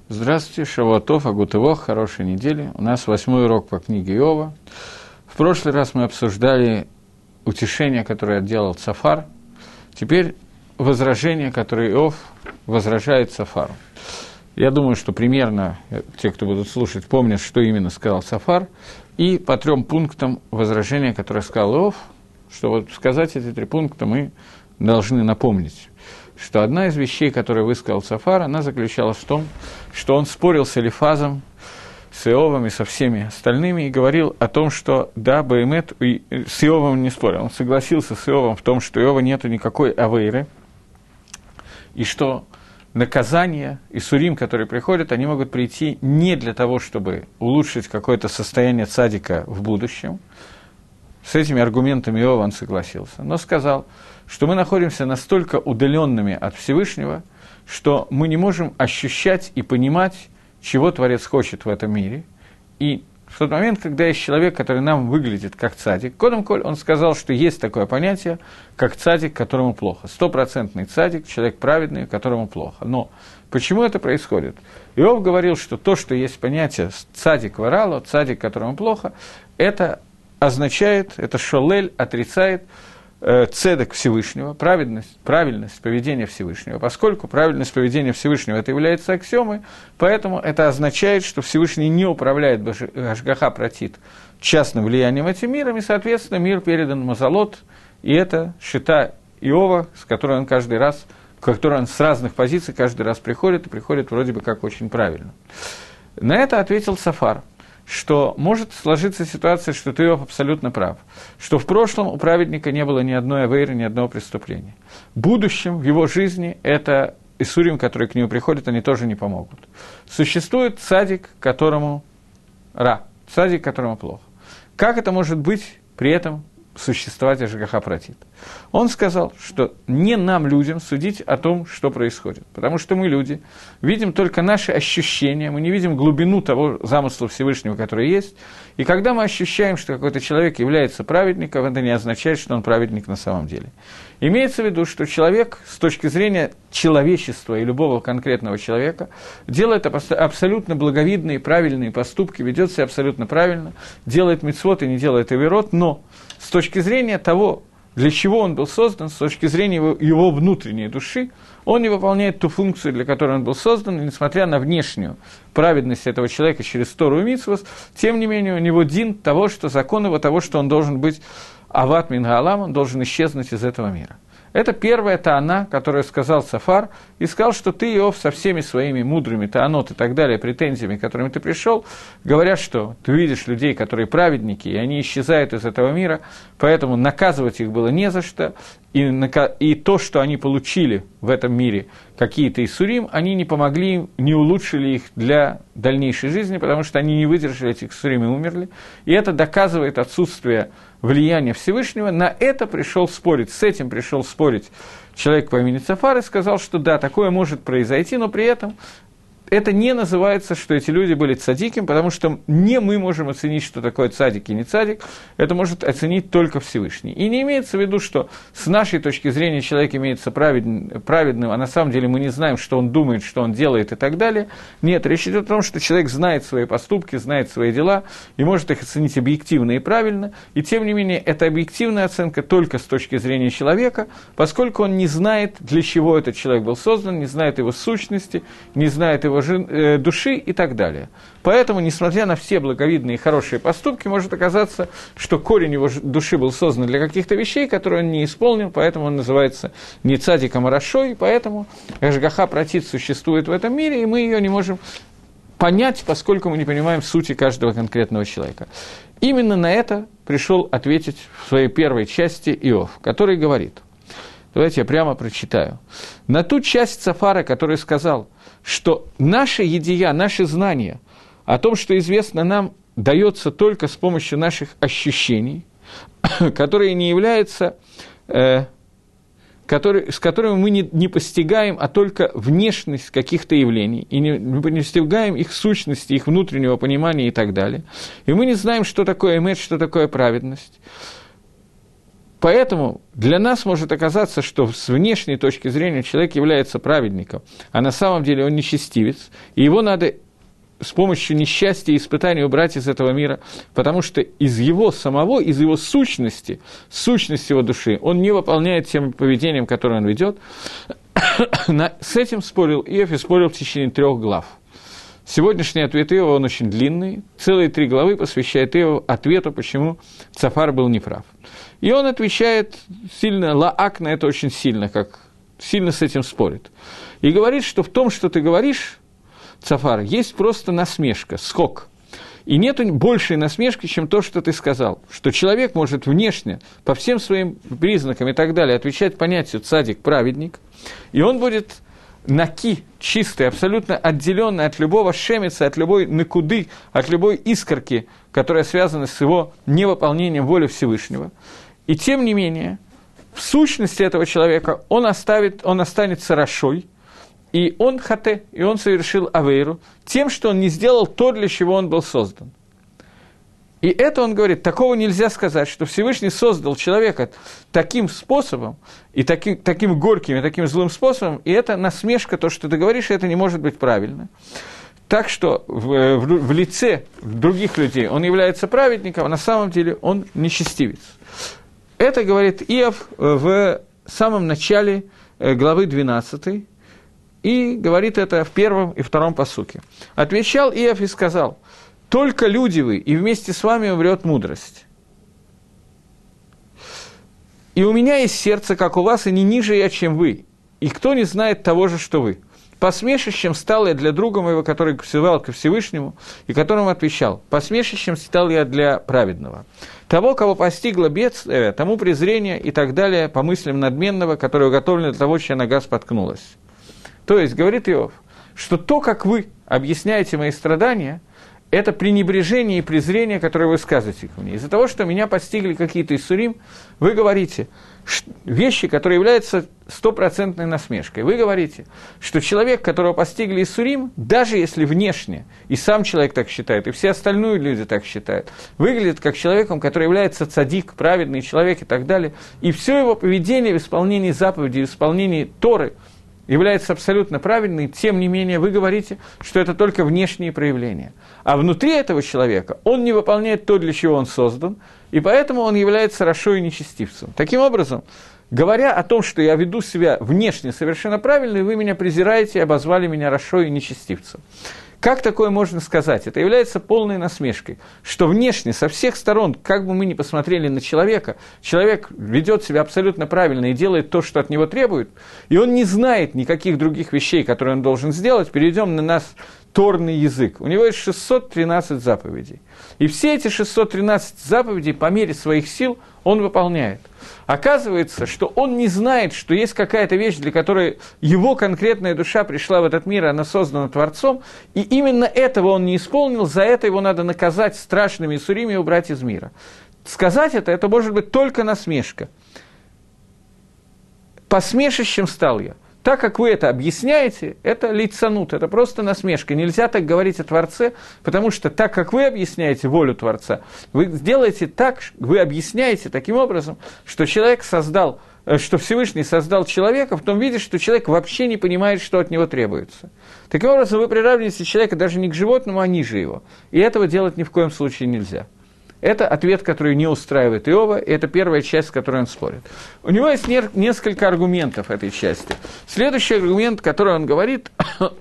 Здравствуйте, Шавуатов, Агутывох, хорошей недели. У нас 8-й урок по книге Иова. В прошлый раз мы обсуждали утешение, которое делал Цофар. Теперь возражение, которое Иов возражает Цофару. Я думаю, что примерно те, кто будут слушать, помнят, что именно сказал Цофар. И по 3 пунктам возражения, которое сказал Иов, что вот сказать эти 3 пункта мы должны напомнить, что одна из вещей, которую высказал Цофар, она заключалась в том, что он спорил с Элифазом, с Иовом и со всеми остальными, и говорил о том, что да, Баэмет, с Иовом он не спорил, он согласился с Иовом в том, что у Иова нету никакой авейры, и что наказания и сурим, которые приходят, они могут прийти не для того, чтобы улучшить какое-то состояние цадика в будущем. С этими аргументами Иова он согласился, но сказал, что мы находимся настолько удаленными от Всевышнего, что мы не можем ощущать и понимать, чего Творец хочет в этом мире. И в тот момент, когда есть человек, который нам выглядит как цадик, Кодом коль он сказал, что есть такое понятие, как цадик, которому плохо. 100% цадик, человек праведный, которому плохо. Но почему это происходит? Иов говорил, что то, что есть понятие цадик варало, цадик, которому плохо, это означает, это шолель отрицает цедек Всевышнего, правильность поведения Всевышнего. Поскольку правильность поведения Всевышнего это является аксиомой, поэтому это означает, что Всевышний не управляет Ашгаха Пратит частным влиянием этим миром, и, соответственно, мир передан Мазалот, и это шита Иова, с которой он каждый раз, к которой он с разных позиций каждый раз приходит, и приходит вроде бы как очень правильно. На это ответил Цофар, что может сложиться ситуация, что ты, Иов, абсолютно прав, что в прошлом у праведника не было ни одной авейры, ни одного преступления. В будущем, в его жизни, это иссурим, которые к нему приходят, они тоже не помогут. Существует цадик, которому цадик, которому плохо. Как это может быть при этом существовать Ашгаха Пратит? Он сказал, что не нам, людям, судить о том, что происходит. Потому что мы, люди, видим только наши ощущения, мы не видим глубину того замысла Всевышнего, который есть. И когда мы ощущаем, что какой-то человек является праведником, это не означает, что он праведник на самом деле. Имеется в виду, что человек, с точки зрения человечества и любого конкретного человека, делает абсолютно благовидные, правильные поступки, ведет себя абсолютно правильно, делает мицвот и не делает авирот, но с точки зрения того, для чего он был создан, с точки зрения его внутренней души, он не выполняет ту функцию, для которой он был создан, и несмотря на внешнюю праведность этого человека через Тору и мицвот, тем не менее у него дин того, что закон его того, что он должен быть ават мин гаалам, он должен исчезнуть из этого мира. Это первая таана, которую сказал Цофар, и сказал, что ты, Иов, со всеми своими мудрыми таанот и так далее, претензиями, к которым ты пришел, говорят, что ты видишь людей, которые праведники, и они исчезают из этого мира, поэтому наказывать их было не за что, и то, что они получили в этом мире, какие-то иссурим, они не помогли им, не улучшили их для дальнейшей жизни, потому что они не выдержали этих иссурим и умерли, и это доказывает отсутствие влияния Всевышнего. На это пришел спорить, с этим пришел спорить человек по имени Цофар и сказал, что да, такое может произойти, но при этом это не называется, что эти люди были цадиким, потому что не мы можем оценить, что такое цадик и не цадик, это может оценить только Всевышний. И не имеется в виду, что с нашей точки зрения человек имеется праведным, а на самом деле мы не знаем, что он думает, что он делает и так далее. Нет, речь идет о том, что человек знает свои поступки, знает свои дела и может их оценить объективно и правильно, и тем не менее это объективная оценка только с точки зрения человека, поскольку он не знает, для чего этот человек был создан, не знает его сущности, не знает его души и так далее. Поэтому, несмотря на все благовидные и хорошие поступки, может оказаться, что корень его души был создан для каких-то вещей, которые он не исполнил, поэтому он называется не цадиком, а рашой, поэтому Ашгаха Пратит существует в этом мире, и мы ее не можем понять, поскольку мы не понимаем сути каждого конкретного человека. Именно на это пришел ответить в своей первой части Иов, который говорит, давайте я прямо прочитаю, на ту часть Цофара, который сказал, что наше едия, наши знания о том, что известно нам, дается только с помощью наших ощущений, которые не являются, с которыми мы не постигаем, а только внешность каких-то явлений, и не постигаем их сущности, их внутреннего понимания и так далее. И мы не знаем, что такое эмет, что такое праведность. Поэтому для нас может оказаться, что с внешней точки зрения человек является праведником, а на самом деле он нечестивец, и его надо с помощью несчастья и испытаний убрать из этого мира, потому что из его самого, из его сущности, сущность его души, он не выполняет тем поведением, которое он ведет. С этим спорил Иов и спорил в течение 3 глав. Сегодняшний ответ Иова, он очень длинный, целые 3 главы посвящает Иову ответу, почему Цофар был неправ. И он отвечает сильно, Лаак на это очень сильно, как сильно с этим спорит. И говорит, что в том, что ты говоришь, Цофар, есть просто насмешка, скок. И нет большей насмешки, чем то, что ты сказал, что человек может внешне, по всем своим признакам и так далее, отвечать понятию цадик, праведник, и он будет наки, чистый, абсолютно отделенный от любого шемица, от любой накуды, от любой искорки, которая связана с его невыполнением воли Всевышнего. И тем не менее, в сущности этого человека он останется рашой, и он хате, и он совершил авейру тем, что он не сделал то, для чего он был создан. И это он говорит, такого нельзя сказать, что Всевышний создал человека таким способом, и таким горьким, и таким злым способом, и это насмешка, то, что ты говоришь, это не может быть правильно. Так что в лице других людей он является праведником, а на самом деле он нечестивец. Это говорит Иов в самом начале главы 12, и говорит это в 1 и 2 пасуке. «Отвечал Иов и сказал, только люди вы, и вместе с вами умрет мудрость. И у меня есть сердце, как у вас, и не ниже я, чем вы, и кто не знает того же, что вы. Посмешищем стал я для друга моего, который взывал ко Всевышнему, и которому отвечал, посмешищем стал я для праведного. Того, кого постигло бедствие, тому презрение и так далее, по мыслям надменного, которое уготовлено для того, чья нога споткнулась». То есть, говорит Иов, что то, как вы объясняете мои страдания, это пренебрежение и презрение, которое вы высказываете ко мне. Из-за того, что меня постигли какие-то иссурим, вы говорите вещи, которые являются стопроцентной насмешкой. Вы говорите, что человек, которого постигли иссурим, даже если внешне, и сам человек так считает, и все остальные люди так считают, выглядит как человеком, который является цадик, праведный человек и так далее, и все его поведение в исполнении заповедей, в исполнении Торы является абсолютно правильным, тем не менее вы говорите, что это только внешние проявления. А внутри этого человека он не выполняет то, для чего он создан, и поэтому он является рашой и нечестивцем. Таким образом, говоря о том, что я веду себя внешне совершенно правильно, и вы меня презираете и обозвали меня рашой и нечестивцем. Как такое можно сказать? Это является полной насмешкой, что внешне, со всех сторон, как бы мы ни посмотрели на человека, человек ведет себя абсолютно правильно и делает то, что от него требуют, и он не знает никаких других вещей, которые он должен сделать. Перейдем на наш торный язык. У него есть 613 заповедей. И все эти 613 заповедей по мере своих сил он выполняет. Оказывается, что он не знает, что есть какая-то вещь, для которой его конкретная душа пришла в этот мир, она создана Творцом, и именно этого он не исполнил, за это его надо наказать страшными иссурими и убрать из мира. Сказать это может быть только насмешка. Посмешищем стал я. Так как вы это объясняете, это лейцанут, это просто насмешка. Нельзя так говорить о Творце, потому что так как вы объясняете волю Творца, вы делаете так, вы объясняете таким образом, что человек создал, что Всевышний создал человека в том виде, что человек вообще не понимает, что от него требуется. Таким образом, вы приравниваете человека даже не к животному, а ниже его. И этого делать ни в коем случае нельзя. Это ответ, который не устраивает Иова, и это первая часть, с которой он спорит. У него есть несколько аргументов этой части. Следующий аргумент, который он говорит,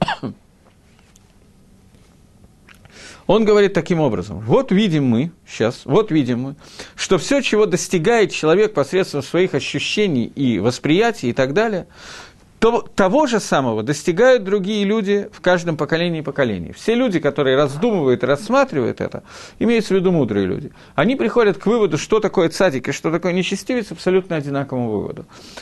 он говорит таким образом. Вот видим мы, что все, чего достигает человек посредством своих ощущений и восприятий и так далее, того же самого достигают другие люди в каждом поколении и поколении. Все люди, которые раздумывают и рассматривают это, имеются в виду мудрые люди, они приходят к выводу, что такое цадик и что такое нечестивец, абсолютно одинаковому выводу.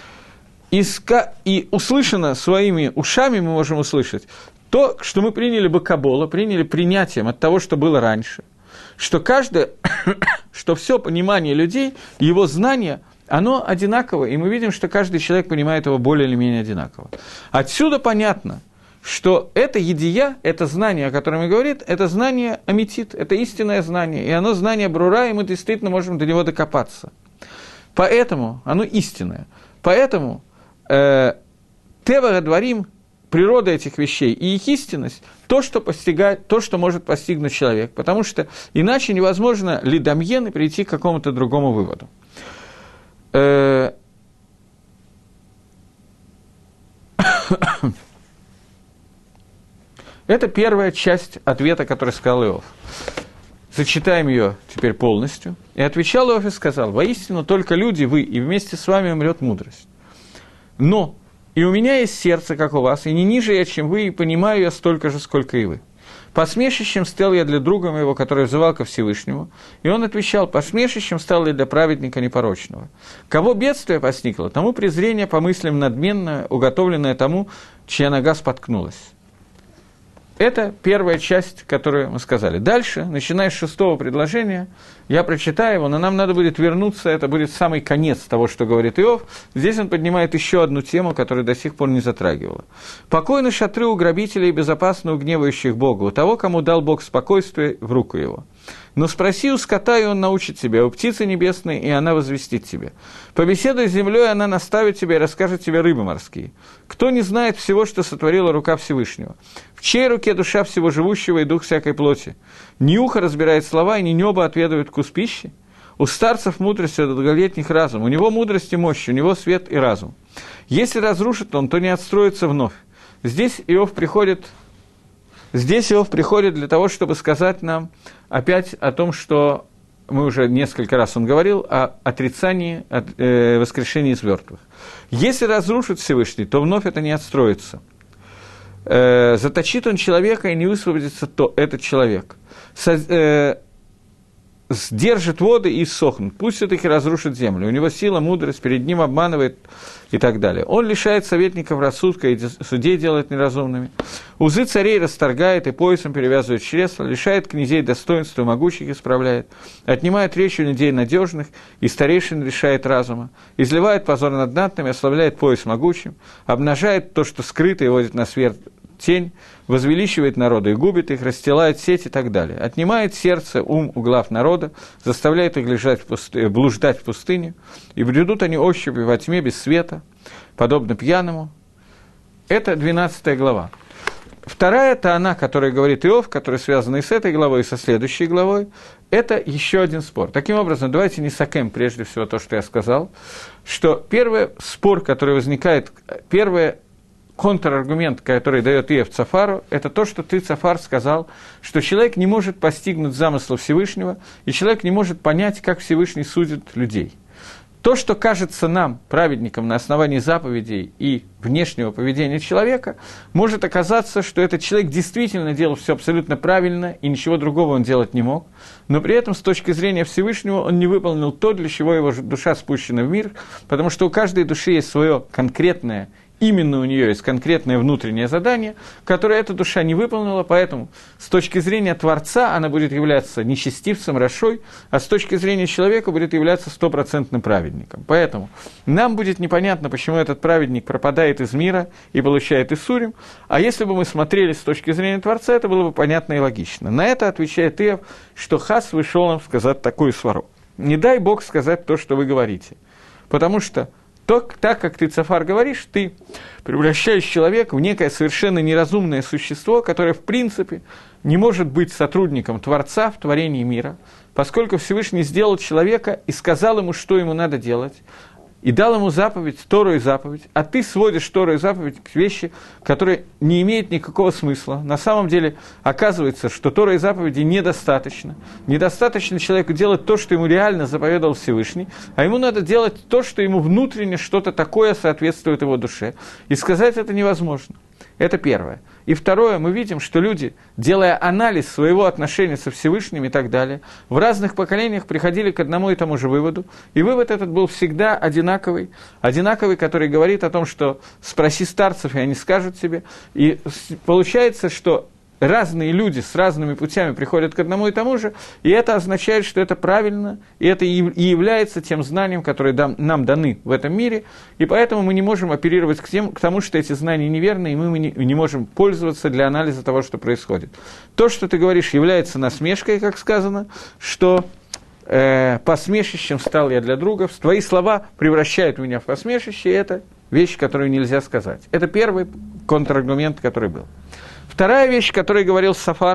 И услышано своими ушами мы можем услышать то, что мы приняли бы кабола, приняли принятием от того, что было раньше, что что все понимание людей, его знания – оно одинаково, и мы видим, что каждый человек понимает его более или менее одинаково. Отсюда понятно, что это едия, это знание, о котором он говорит, это знание аметит, это истинное знание, и оно знание брура, и мы действительно можем до него докопаться. Поэтому оно истинное. Поэтому Тева Гадварим, природа этих вещей и их истинность, то, что постигает, то, что может постигнуть человек, потому что иначе невозможно лидамьен и прийти к какому-то другому выводу. Это первая часть ответа, который сказал Иов. Зачитаем ее теперь полностью. «И отвечал Иов и сказал: воистину только люди вы, и вместе с вами умрет мудрость. Но и у меня есть сердце, как у вас, и не ниже я, чем вы, и понимаю я столько же, сколько и вы. Посмешищем стал я для друга моего, который взывал ко Всевышнему, и он отвечал: посмешищем стал я для праведника непорочного. Кого бедствие постигло, тому презрение по мыслям надменное, уготовленное тому, чья нога споткнулась». Это первая часть, которую мы сказали. Дальше, начиная с 6-го предложения, я прочитаю его, но нам надо будет вернуться, это будет самый конец того, что говорит Иов. Здесь он поднимает еще одну тему, которую до сих пор не затрагивала. «Покойны шатры у грабителей и безопасны у гневающих Бога, у того, кому дал Бог спокойствие в руку его. Но спроси у скота, и он научит тебя, у птицы небесной, и она возвестит тебе. Побеседуй с землей, она наставит тебя и расскажет тебе рыбы морские. Кто не знает всего, что сотворила рука Всевышнего? В чьей руке душа всего живущего и дух всякой плоти? Ни ухо разбирает слова, и ни небо отведывает вкус пищи? У старцев мудрость, у долголетних разум, у него мудрость и мощь, у него свет и разум. Если разрушит он, то не отстроится вновь». Здесь Иов приходит для того, чтобы сказать нам опять о том, что мы уже несколько раз он говорил, о отрицании воскрешения из мертвых. Если разрушит Всевышний, то вновь это не отстроится. Заточит он человека, и не высвободится то этот человек. Сдержит воды и иссохнут. Пусть все-таки разрушит землю. У него сила, мудрость, перед ним обманывает и так далее. Он лишает советников рассудка и судей делает неразумными. Узы царей расторгает и поясом перевязывает чресла, лишает князей достоинства и могучих исправляет, отнимает речь у людей надежных и старейшин лишает разума, изливает позор над знатными, ослабляет пояс могучим, обнажает то, что скрыто, и водит на свет тень, возвеличивает народа и губит их, расстилает сеть и так далее. Отнимает сердце, ум у глав народа, заставляет их блуждать в пустыне, и бредут они ощупью во тьме без света, подобно пьяному. Это 12 глава. Вторая таана, которая говорит Иов, которая связана и с этой главой, и со следующей главой, это еще один спор. Таким образом, давайте не сакем прежде всего то, что я сказал, что первый спор, который возникает, первый контраргумент, который дает Иов Цафару, это то, что ты, Цафар, сказал, что человек не может постигнуть замысла Всевышнего, и человек не может понять, как Всевышний судит людей. То, что кажется нам, праведникам, на основании заповедей и внешнего поведения человека, может оказаться, что этот человек действительно делал все абсолютно правильно, и ничего другого он делать не мог, но при этом, с точки зрения Всевышнего, он не выполнил то, для чего его душа спущена в мир, потому что у каждой души есть свое конкретное, именно у нее есть конкретное внутреннее задание, которое эта душа не выполнила, поэтому с точки зрения Творца она будет являться нечестивцем, рашой, а с точки зрения человека будет являться стопроцентным праведником. Поэтому нам будет непонятно, почему этот праведник пропадает из мира и получает Исурим, а если бы мы смотрели с точки зрения Творца, это было бы понятно и логично. На это отвечает Иов, что Хас вышел нам сказать такую свару. Не дай Бог сказать то, что вы говорите, потому что так как ты, Цафар, говоришь, ты превращаешь человека в некое совершенно неразумное существо, которое, в принципе, не может быть сотрудником Творца в творении мира, поскольку Всевышний сделал человека и сказал ему, что ему надо делать, и дал ему заповедь, Тору и заповедь, а ты сводишь Тору и заповедь к вещи, которые не имеют никакого смысла. На самом деле, оказывается, что Тора и заповеди недостаточно. Недостаточно человеку делать то, что ему реально заповедовал Всевышний, а ему надо делать то, что ему внутренне что-то такое соответствует его душе. И сказать это невозможно. Это первое. И второе, мы видим, что люди, делая анализ своего отношения со Всевышним и так далее, в разных поколениях приходили к одному и тому же выводу, и вывод этот был всегда одинаковый, который говорит о том, что спроси старцев, и они скажут тебе, и получается, что разные люди с разными путями приходят к одному и тому же, и это означает, что это правильно, и это и является тем знанием, которое нам даны в этом мире, и поэтому мы не можем оперировать к тому, что эти знания неверны, и мы не можем пользоваться для анализа того, что происходит. То, что ты говоришь, является насмешкой, как сказано, что посмешищем стал я для друга, твои слова превращают меня в посмешище, и это вещь, которую нельзя сказать. Это первый контраргумент, который был. Вторая вещь, которую говорил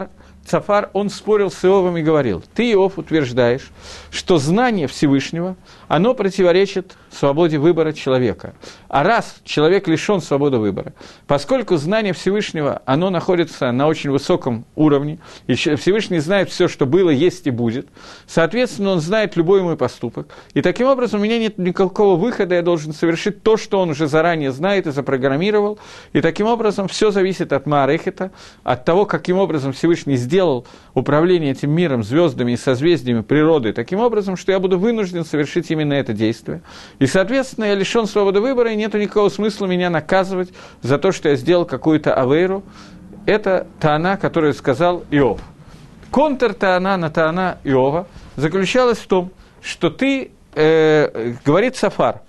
Цафар, он спорил с Иовом и говорил: ты, Иов, утверждаешь, что знание Всевышнего, оно противоречит свободе выбора человека. А раз человек лишен свободы выбора, поскольку знание Всевышнего, оно находится на очень высоком уровне, и Всевышний знает все, что было, есть и будет, соответственно, он знает любой мой поступок, и таким образом у меня нет никакого выхода, я должен совершить то, что он уже заранее знает и запрограммировал, и таким образом все зависит от Маарехета, от того, каким образом Всевышний сделал управление этим миром, звездами и созвездиями природы таким образом, что я буду вынужден совершить именно это действие. И, соответственно, я лишен свободы выбора, и нет никакого смысла меня наказывать за то, что я сделал какую-то авейру. Это таана, которую сказал Иов. Контр-таана на таана Иова заключалась в том, что ты, говорит Цафар,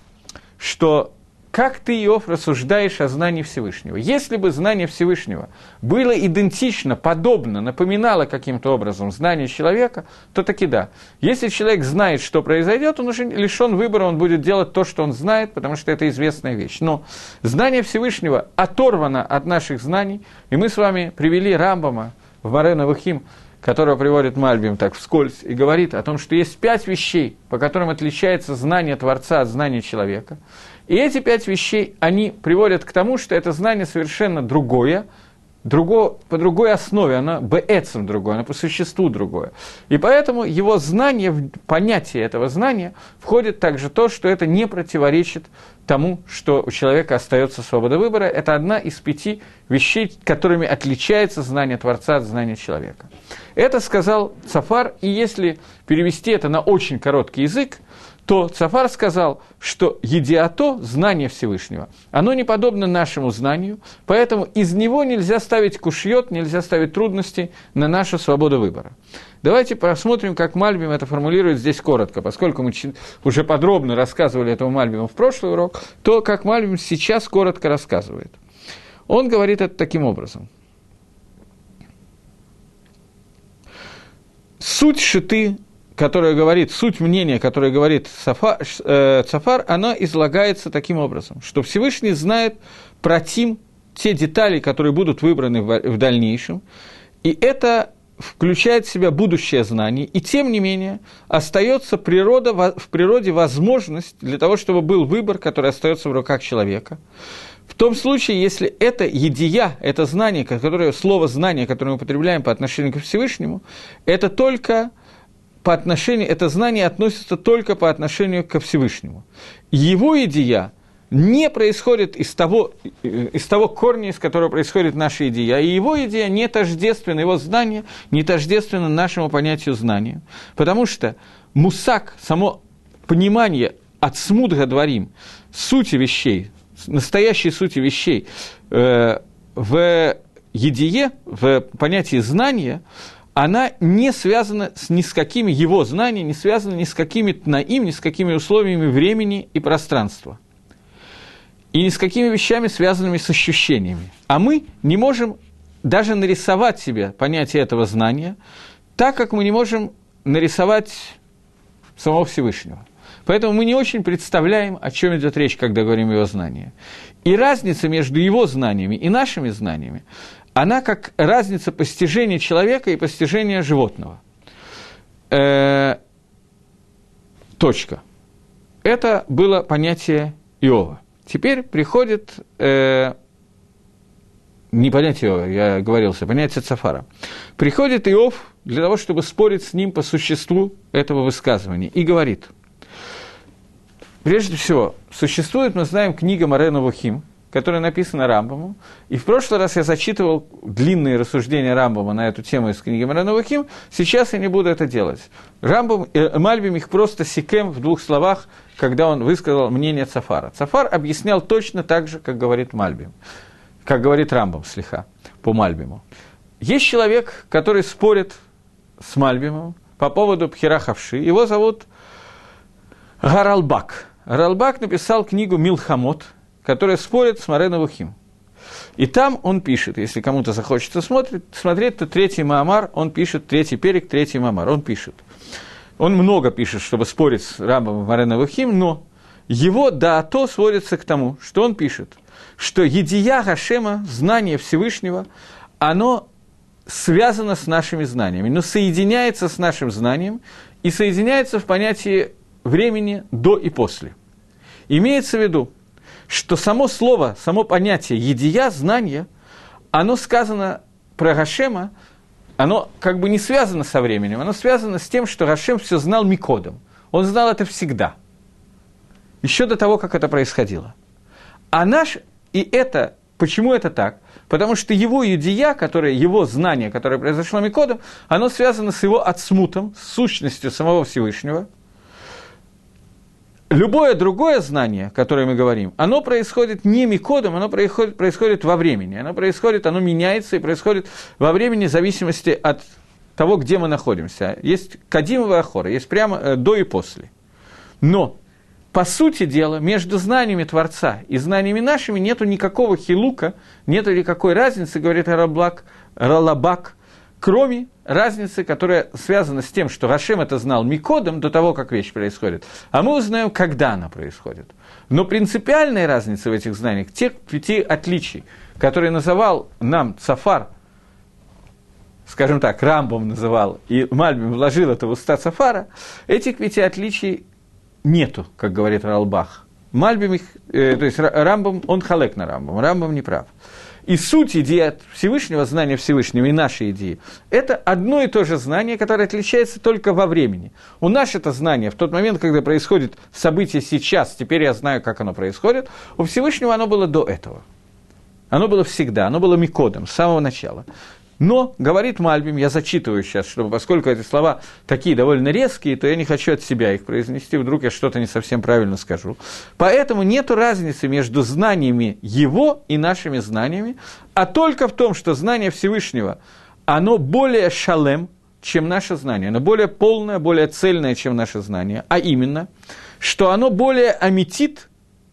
что как ты, Иов, рассуждаешь о знании Всевышнего? Если бы знание Всевышнего было идентично, подобно, напоминало каким-то образом знание человека, то таки да. Если человек знает, что произойдет, он уже лишен выбора, он будет делать то, что он знает, потому что это известная вещь. Но знание Всевышнего оторвано от наших знаний, и мы с вами привели Рамбама в Море Невухим, которого приводит Мальбим так вскользь, и говорит о том, что есть 5 вещей, по которым отличается знание Творца от знания человека. И эти 5 вещей, они приводят к тому, что это знание совершенно другое, по другой основе, оно беэцем другое, оно по существу другое. И поэтому его знание, в понятие этого знания входит также то, что это не противоречит тому, что у человека остается свобода выбора. Это одна из 5 вещей, которыми отличается знание Творца от знания человека. Это сказал Цафар, и если перевести это на очень короткий язык, то Цафар сказал, что едиато, знание Всевышнего, оно не подобно нашему знанию, поэтому из него нельзя ставить кушьет, нельзя ставить трудности на нашу свободу выбора. Давайте посмотрим, как Мальбим это формулирует здесь коротко, поскольку мы уже подробно рассказывали этого Мальбима в прошлый урок, то как Мальбим сейчас коротко рассказывает. Он говорит это таким образом. Суть шиты, которая говорит, суть мнения, которое говорит Цафар, она излагается таким образом, что Всевышний знает про те детали, которые будут выбраны в дальнейшем, и это включает в себя будущее знание, и тем не менее остается в природе возможность для того, чтобы был выбор, который остается в руках человека. В том случае, если это едия, это знание, слово «знание», которое мы употребляем по отношению к Всевышнему, это знание относится только по отношению ко Всевышнему. Его едия не происходит из того корня, из которого происходит наша идея, и его идея не тождественна, его знание не тождественно нашему понятию знания, потому что мусак, само понимание от смут гадварим, сути вещей, настоящей сути вещей в едие, в понятии знания, она не связана ни с какими, его знания не связаны ни с какими тнаим, ни с какими условиями времени и пространства. И ни с какими вещами, связанными с ощущениями. А мы не можем даже нарисовать себе понятие этого знания, так как мы не можем нарисовать самого Всевышнего. Поэтому мы не очень представляем, о чем идет речь, когда говорим о его знании. И разница между его знаниями и нашими знаниями, она как разница постижения человека и постижения животного. Точка. Это было понятие Иова. Теперь приходит, не понятие Иова, я говорился, понятие Цафара. Приходит Иов для того, чтобы спорить с ним по существу этого высказывания, и говорит, прежде всего, существует, мы знаем, книга Море Невухим, которая написана Рамбамом, и в прошлый раз я зачитывал длинные рассуждения Рамбама на эту тему из книги Море Невухим, сейчас я не буду это делать. Мальбим их просто сикем в 2 словах, когда он высказал мнение Цафара. Цафар объяснял точно так же, как говорит Мальбим, как говорит Рамбам, по Мальбиму. Есть человек, который спорит с Мальбимом по поводу Пхира Хавши, его зовут Гаралбак. Гаралбак написал книгу «Милхамот», которая спорит с Море Невухим. И там он пишет, если кому-то захочется смотреть, то 3-й Маамар, он пишет, 3-й перек, 3-й Маамар, он пишет, Он много пишет, чтобы спорить с Рамбамом Морэ Невухим, но его даато сводится к тому, что он пишет, что едия Гашема, знание Всевышнего, оно связано с нашими знаниями, но соединяется с нашим знанием и соединяется в понятии времени до и после. Имеется в виду, что само слово, само понятие едия, знание, оно сказано про Гашема, оно как бы не связано со временем, оно связано с тем, что Гашем все знал микодом. Он знал это всегда, еще до того, как это происходило. И это, почему это так? Потому что его едия, его знание, которое произошло микодом, оно связано с его ацмутом, с сущностью самого Всевышнего. Любое другое знание, которое мы говорим, оно происходит не микодом, оно происходит во времени. Оно меняется и происходит во времени в зависимости от того, где мы находимся. Есть кадим и ахор, есть прямо до и после. Но, по сути дела, между знаниями Творца и знаниями нашими нету никакого хилука, нету никакой разницы, говорит Ралабак, кроме разницы, которая связана с тем, что Гашем это знал микодом до того, как вещь происходит, а мы узнаем, когда она происходит. Но принципиальная разница в этих знаниях, тех 5 отличий, которые называл нам Цафар, скажем так, Рамбам называл, и Мальбим вложил это в уста Цафара, этих 5 отличий нету, как говорит Ралбах. Мальбим их, то есть Рамбам, он халек на Рамбам, Рамбам не прав. И суть идеи Всевышнего, знания Всевышнего и нашей идеи, это одно и то же знание, которое отличается только во времени. У нас это знание в тот момент, когда происходит событие сейчас, теперь я знаю, как оно происходит, у Всевышнего оно было до этого. Оно было всегда, оно было микодом, с самого начала. Но, говорит Мальбим, я зачитываю сейчас, поскольку эти слова такие довольно резкие, то я не хочу от себя их произнести, вдруг я что-то не совсем правильно скажу. Поэтому нет разницы между знаниями его и нашими знаниями, а только в том, что знание Всевышнего, оно более шалем, чем наше знание, оно более полное, более цельное, чем наше знание, а именно, что оно более аметит,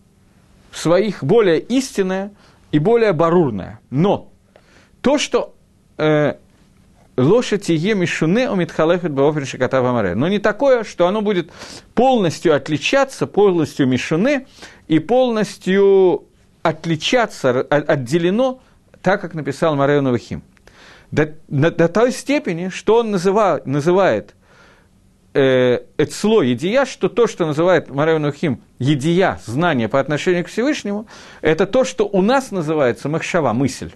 более истинное и более барурное. Но то, что лошадь е мишуне умитхалефет баофен шиката вамаре. Но не такое, что оно будет полностью отличаться, полностью мишуне и полностью отличаться, отделено, так, как написал Морэ Невухим. До той степени, что он называет эцло едия, что то, что называет Морэ Невухим едия, знание по отношению к Всевышнему, это то, что у нас называется махшава, мысль.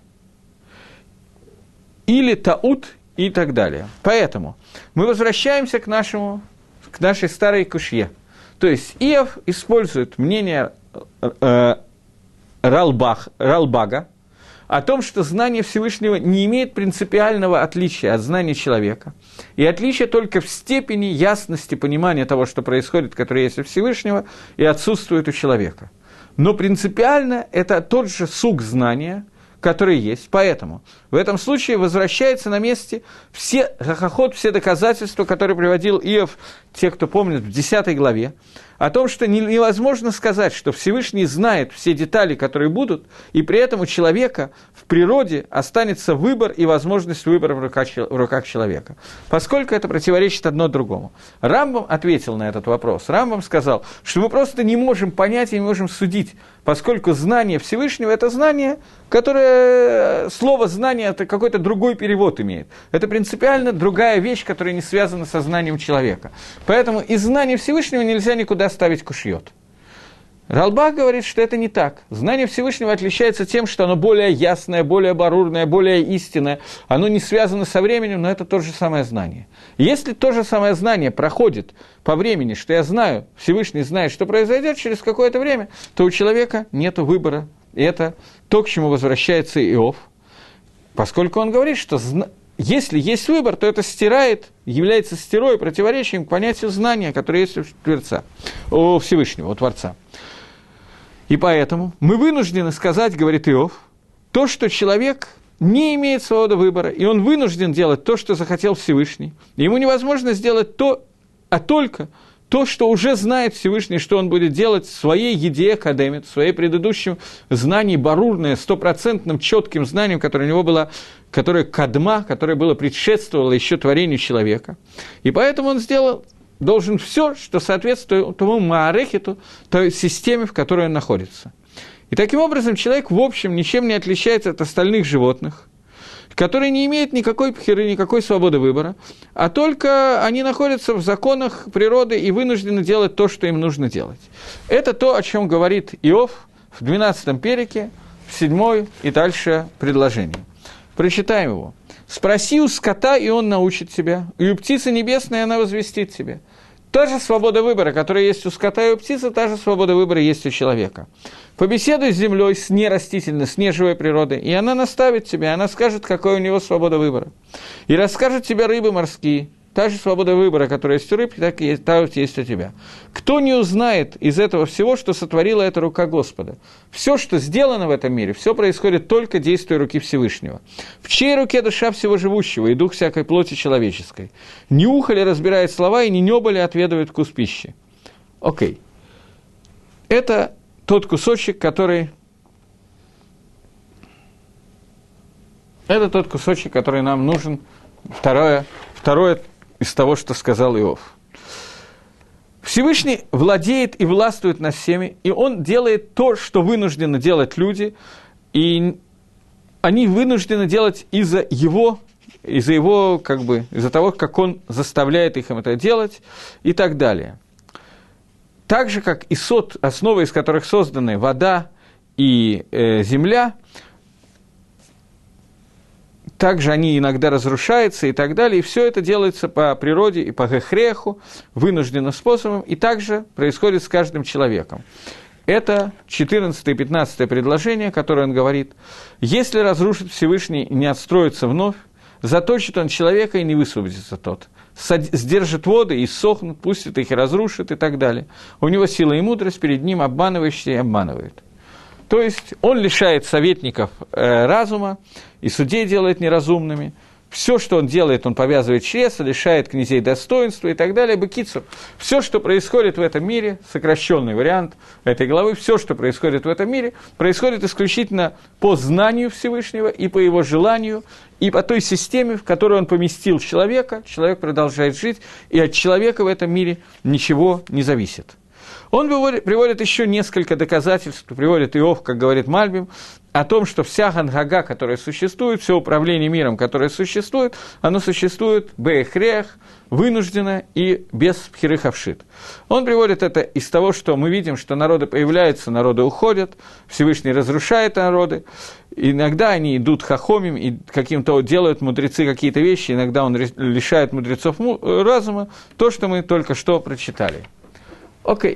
Или таут и так далее. Поэтому мы возвращаемся к нашей старой кушье. То есть Иов использует мнение Ралбага о том, что знание Всевышнего не имеет принципиального отличия от знания человека. И отличие только в степени ясности понимания того, что происходит, которое есть у Всевышнего, и отсутствует у человека. Но принципиально это тот же сук знания, который есть. Поэтому в этом случае возвращается на месте все доказательства, которые приводил Иов, те, кто помнит, в 10 главе, о том, что невозможно сказать, что Всевышний знает все детали, которые будут, и при этом у человека в природе останется выбор и возможность выбора в руках человека, поскольку это противоречит одно другому. Рамбам ответил на этот вопрос. Рамбам сказал, что мы просто не можем понять и не можем судить, поскольку знание Всевышнего – это знание, которое, слово «знание» – это какой-то другой перевод имеет. Это принципиально другая вещь, которая не связана со знанием человека. Поэтому из знания Всевышнего нельзя никуда ставить кушьет. Ралбах говорит, что это не так. Знание Всевышнего отличается тем, что оно более ясное, более барурное, более истинное. Оно не связано со временем, но это то же самое знание. Если то же самое знание проходит по времени, что я знаю, Всевышний знает, что произойдет через какое-то время, то у человека нет выбора. И это то, к чему возвращается Иов, поскольку он говорит, что если есть выбор, то это является стирой, противоречием к понятию знания, которое есть у Всевышнего, у Творца. И поэтому мы вынуждены сказать, говорит Иов, то, что человек не имеет свободы выбора, и он вынужден делать то, что захотел Всевышний. Ему невозможно сделать то, а только то, что уже знает Всевышний, что он будет делать в своей едее кадемит, в своей предыдущем знании, барурное, стопроцентным, четким знанием, которое у него было, которое кадма, которое было предшествовало еще творению человека. И поэтому он сделал должен все, что соответствует тому маарехету, той системе, в которой он находится. И таким образом человек, в общем, ничем не отличается от остальных животных, которые не имеют никакой пхиры, никакой свободы выбора, а только они находятся в законах природы и вынуждены делать то, что им нужно делать. Это то, о чем говорит Иов в 12 перике, в 7 и дальше предложении. Прочитаем его. «Спроси у скота, и он научит тебя, и у птицы небесной она возвестит тебе». Та же свобода выбора, которая есть у скота и у птицы, та же свобода выбора есть у человека. Побеседуй с землей, с нерастительной, с неживой природой, и она наставит тебя, она скажет, какой у него свобода выбора. И расскажет тебе рыбы морские. Та же свобода выбора, которая есть у рыб, так и есть у тебя. Кто не узнает из этого всего, что сотворила эта рука Господа? Все, что сделано в этом мире, все происходит только действием руки Всевышнего. В чьей руке душа всего живущего и дух всякой плоти человеческой? Не ухо ли разбирает слова, и не небо ли отведывает вкус пищи? Окей. Это тот кусочек, который... Это тот кусочек, который нам нужен. Второе из того, что сказал Иов. Всевышний владеет и властвует над всеми, и он делает то, что вынуждены делать люди, и они вынуждены делать из-за того, как он заставляет их им это делать, и так далее. Так же, как и основы, из которых созданы вода и земля, также они иногда разрушаются и так далее, и все это делается по природе и по гехреху, вынужденным способом, и также происходит с каждым человеком. Это 14 и 15 предложение, которое он говорит. «Если разрушит Всевышний и не отстроится вновь, заточит он человека и не высвободится тот. Сдержит воды и сохнут, пустит их и разрушит и так далее. У него сила и мудрость, перед ним обманывающий и обманывает». То есть он лишает советников разума, и судей делает неразумными. Все, что он делает, он повязывает чресла, лишает князей достоинства и так далее. Бекицур, все, что происходит в этом мире, сокращенный вариант этой главы, все, что происходит в этом мире, происходит исключительно по знанию Всевышнего и по его желанию, и по той системе, в которую он поместил человека. Человек продолжает жить, и от человека в этом мире ничего не зависит. Он приводит еще несколько доказательств, приводит Иов, как говорит Мальбим, о том, что вся гангага, которая существует, все управление миром, которое существует, оно существует беэхрех, вынужденно и без пхиры-хавшит. Он приводит это из того, что мы видим, что народы появляются, народы уходят, Всевышний разрушает народы, иногда они идут хахомим и каким-то делают мудрецы какие-то вещи, иногда он лишает мудрецов разума, то, что мы только что прочитали. Окей.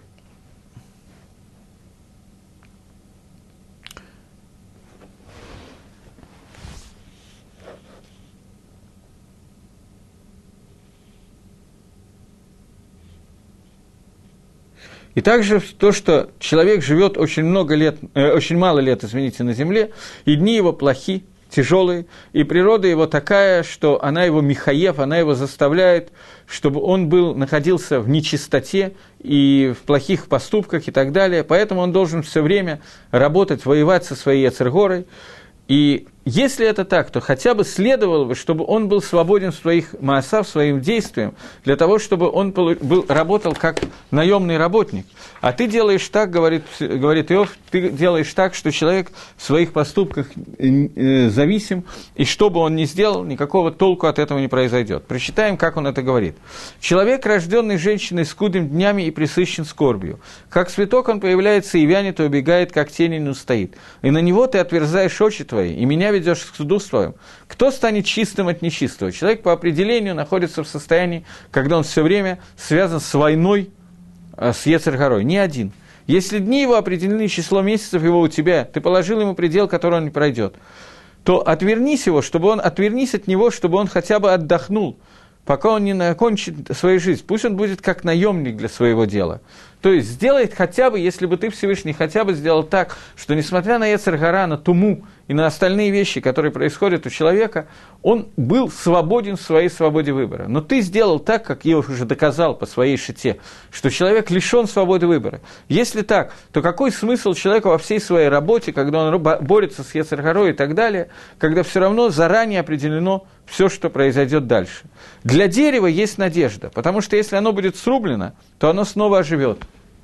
И также то, что человек живет очень мало лет, на земле, и дни его плохи, тяжелые, и природа его такая, что она его михаев, она его заставляет, чтобы он находился в нечистоте и в плохих поступках и так далее. Поэтому он должен все время работать, воевать со своей Ецер-горой. И если это так, то хотя бы следовало бы, чтобы он был свободен в своих маасах, своим действиям, для того, чтобы он работал как наемный работник. А ты делаешь так, говорит Иов, ты делаешь так, что человек в своих поступках зависим, и что бы он ни сделал, никакого толку от этого не произойдет. Прочитаем, как он это говорит. «Человек, рожденный женщиной, скудным днями и пресыщен скорбью. Как цветок он появляется и вянет, и убегает, как тень не устоит. И на него ты отверзаешь очи твои, и меня ведешь к суду своим. Кто станет чистым от нечистого?» Человек по определению находится в состоянии, когда он все время связан с войной с Ецер-горой. Ни один. Если дни его определены, число месяцев его у тебя, ты положил ему предел, который он не пройдет, то отвернись от него, чтобы он хотя бы отдохнул, пока он не закончит свою жизнь. Пусть он будет как наемник для своего дела. То есть сделает хотя бы, если бы ты, Всевышний, хотя бы сделал так, что несмотря на Йецер гара, на туму и на остальные вещи, которые происходят у человека, он был свободен в своей свободе выбора. Но ты сделал так, как Иов уже доказал по своей шите, что человек лишен свободы выбора. Если так, то какой смысл человеку во всей своей работе, когда он борется с Йецер гарой и так далее, когда все равно заранее определено все, что произойдет дальше. Для дерева есть надежда, потому что если оно будет срублено, то оно снова оживет.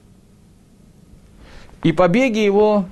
И побеги его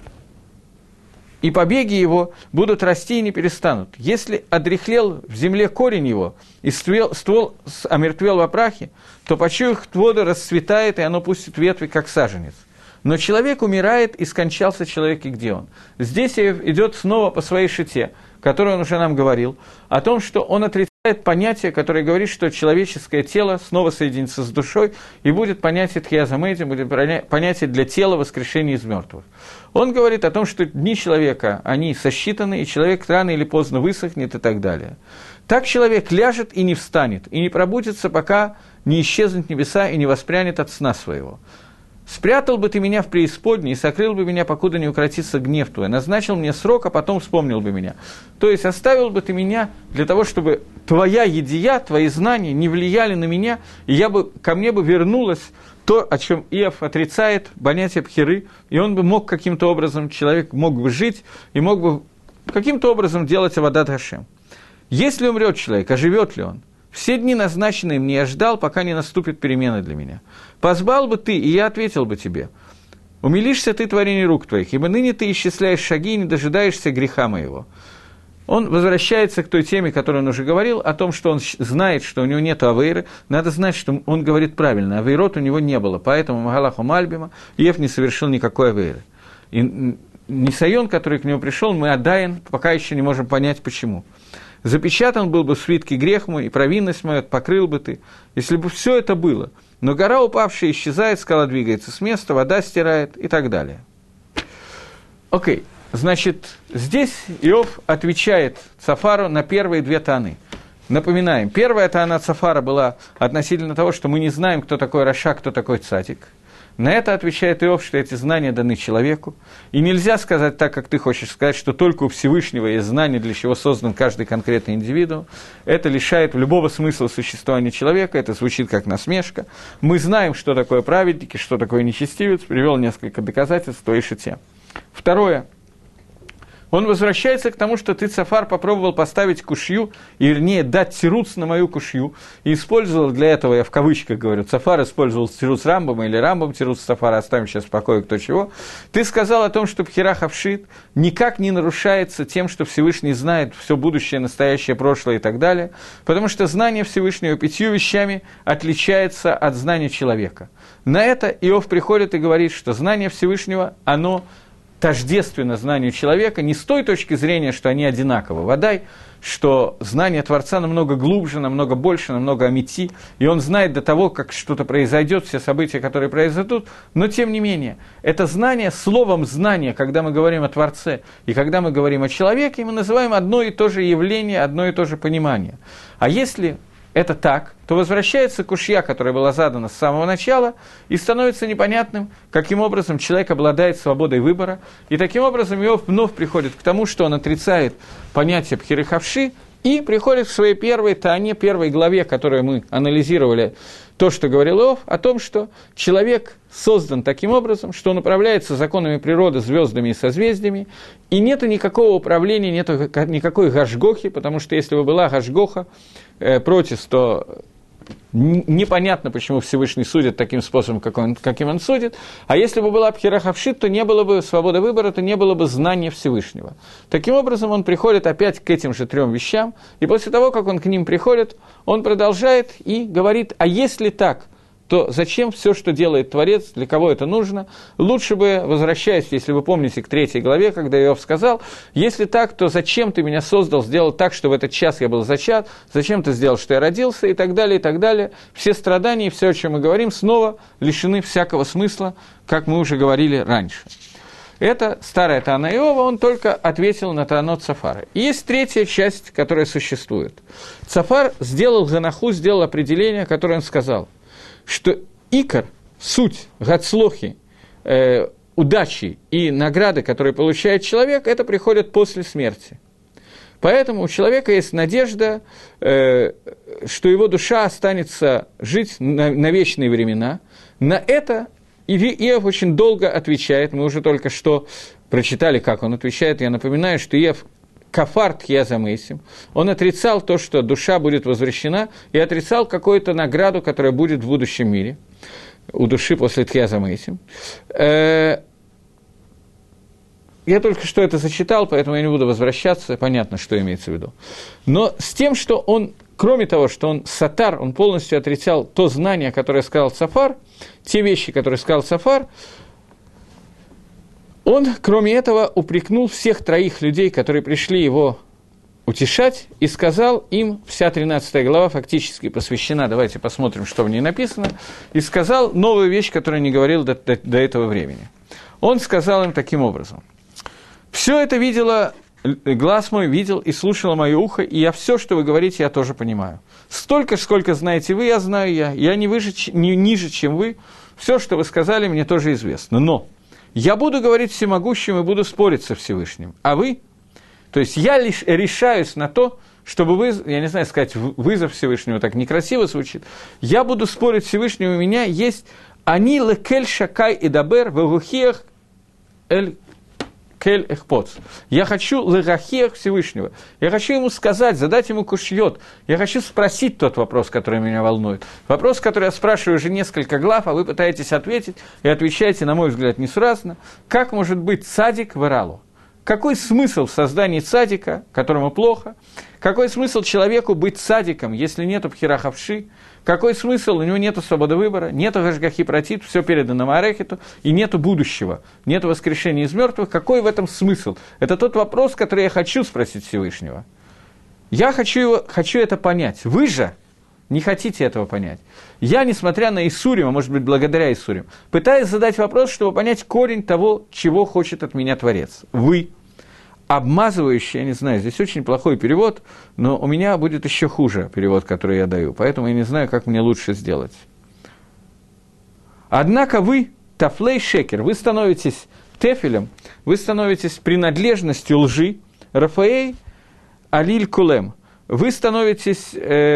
будут расти и не перестанут. Если одряхлел в земле корень его, и ствол омертвел во прахе, то почуяв воду расцветает, и оно пустит ветви, как саженец. Но человек умирает, и скончался человек, и где он? Здесь идет снова по своей шите, которую он уже нам говорил, о том, что он отрицает понятие, которое говорит, что человеческое тело снова соединится с душой, и будет понятие тхиазамэди, будет понятие для тела воскрешения из мертвых. Он говорит о том, что дни человека, они сосчитаны, и человек рано или поздно высохнет и так далее. Так человек ляжет и не встанет, и не пробудится, пока не исчезнут небеса и не воспрянет от сна своего. «Спрятал бы ты меня в преисподней и сокрыл бы меня, покуда не укротится гнев твой, назначил мне срок, а потом вспомнил бы меня». То есть оставил бы ты меня для того, чтобы твоя едия, твои знания не влияли на меня, и ко мне бы вернулось то, о чем Иов отрицает, понятие пхиры, и он бы мог каким-то образом, человек мог бы жить и мог бы каким-то образом делать авадат Хашем. Если умрет человек, оживет ли он? Все дни, назначенные мне, я ждал, пока не наступит перемена для меня. Позвал бы ты, и я ответил бы тебе. Умилишься ты творение рук твоих, ибо ныне ты исчисляешь шаги и не дожидаешься греха моего. Он возвращается к той теме, которую он уже говорил, о том, что он знает, что у него нет авейры. Надо знать, что он говорит правильно. Авейрот у него не было, поэтому Магалаху Мальбима Иов не совершил никакой авейры. И Нисайон, который к нему пришел, мы Адаин, пока еще не можем понять, почему. Запечатан был бы в свитке грех мой, и провинность мою покрыл бы ты, если бы все это было. Но гора упавшая исчезает, скала двигается с места, вода стирает и так далее. Окей, значит, здесь Иов отвечает Цафару на первые две таны. Напоминаем, первая тана Цафара была относительно того, что мы не знаем, кто такой Раша, кто такой Цадик. На это отвечает Иов, что эти знания даны человеку. И нельзя сказать так, как ты хочешь сказать, что только у Всевышнего есть знания, для чего создан каждый конкретный индивидуум. Это лишает любого смысла существования человека, это звучит как насмешка. Мы знаем, что такое праведники, что такое нечестивец, привел несколько доказательств в той шите. Второе. Он возвращается к тому, что ты, Цафар, попробовал поставить кушью, и, вернее, дать тируц на мою кушью, и использовал для этого, я в кавычках говорю, Цафар использовал тируц Рамбама, или Рамбам тируц Цафара, оставим сейчас в покое кто чего. Ты сказал о том, что Пхира Хавшит никак не нарушается тем, что Всевышний знает все будущее, настоящее, прошлое и так далее, потому что знание Всевышнего 5 вещами отличается от знания человека. На это Иов приходит и говорит, что знание Всевышнего, оно тождественно знанию человека, не с той точки зрения, что они одинаковы. Водай, что знание Творца намного глубже, намного больше, намного амити, и он знает до того, как что-то произойдет, все события, которые произойдут, но тем не менее, это знание, словом знание, когда мы говорим о Творце и когда мы говорим о человеке, мы называем одно и то же явление, одно и то же понимание. А если это так, то возвращается кушья, которая была задана с самого начала, и становится непонятным, каким образом человек обладает свободой выбора. И таким образом Иов вновь приходит к тому, что он отрицает понятие Пхиры Хавши, и приходит к своей первой тане, первой главе, которую мы анализировали, то, что говорил Иов, о том, что человек создан таким образом, что он управляется законами природы, звездами и созвездиями, и нет никакого управления, нет никакой гашгохи, потому что если бы была гашгоха, против, то непонятно, почему Всевышний судит таким способом, каким он судит. А если бы была Пхира Хавшит, то не было бы свободы выбора, то не было бы знания Всевышнего. Таким образом, он приходит опять к этим же 3 вещам, и после того, как он к ним приходит, он продолжает и говорит, а если так, то зачем все, что делает Творец, для кого это нужно? Лучше бы, возвращаясь, если вы помните, к 3 главе, когда Иов сказал, если так, то зачем ты меня создал, сделал так, что в этот час я был зачат, зачем ты сделал, что я родился, и так далее, и так далее. Все страдания и все, о чем мы говорим, снова лишены всякого смысла, как мы уже говорили раньше. Это старая Тана Иова, он только ответил на Тану Цафара. И есть 3 часть, которая существует. Цафар сделал Ганаху, сделал определение, которое он сказал, что икор, суть гацлохи, удачи и награды, которые получает человек, это приходит после смерти. Поэтому у человека есть надежда, что его душа останется жить на вечные времена. На это Иов очень долго отвечает. Мы уже только что прочитали, как он отвечает. Я напоминаю, что Иов кафар тхия мейсим. Он отрицал то, что душа будет возвращена, и отрицал какую-то награду, которая будет в будущем мире у души после тхия мейсим. Я только что это зачитал, поэтому я не буду возвращаться, понятно, что имеется в виду. Но с тем, что он, кроме того, что он сатар, он полностью отрицал то знание, которое сказал Софар, те вещи, которые сказал Софар, он, кроме этого, упрекнул всех троих людей, которые пришли его утешать, и сказал им, вся 13 глава фактически посвящена, давайте посмотрим, что в ней написано, и сказал новую вещь, которую не говорил до этого времени. Он сказал им таким образом: «Все это видела, глаз мой видел и слушало мое ухо, и я все, что вы говорите, я тоже понимаю. Столько, сколько знаете вы, я знаю я не выше, не ниже, чем вы, все, что вы сказали, мне тоже известно. Но я буду говорить всемогущим и буду спорить со Всевышним. А вы, то есть я лишь решаюсь на то, чтобы вы, я не знаю, сказать вызов Всевышнему, так некрасиво звучит, я буду спорить с Всевышним, у меня есть «Ани лекель шакай и дабер вегухиях эль кель эхпоц». Я хочу легахиях Всевышнего. Я хочу ему сказать, задать ему кушьет. Я хочу спросить тот вопрос, который меня волнует. Вопрос, который я спрашиваю уже несколько глав, а вы пытаетесь ответить, и отвечаете, на мой взгляд, несуразно. Как может быть цадик в иралу? Какой смысл в создании цадика, которому плохо? Какой смысл человеку быть цадиком, если нету пхирахавши? Какой смысл? У него нет свободы выбора, нет гашгахи протит, все передано Маарехету, и нет будущего, нет воскрешения из мертвых. Какой в этом смысл? Это тот вопрос, который я хочу спросить Всевышнего. Я хочу это понять. Вы же не хотите этого понять. Я, несмотря на Исурим, а может быть, благодаря Исурим, пытаюсь задать вопрос, чтобы понять корень того, чего хочет от меня Творец. Вы, обмазывающий, я не знаю, здесь очень плохой перевод, но у меня будет еще хуже перевод, который я даю, поэтому я не знаю, как мне лучше сделать. Однако вы, тафлей шекер, вы становитесь тефелем, вы становитесь принадлежностью лжи, Рафаэй алиль кулем, вы становитесь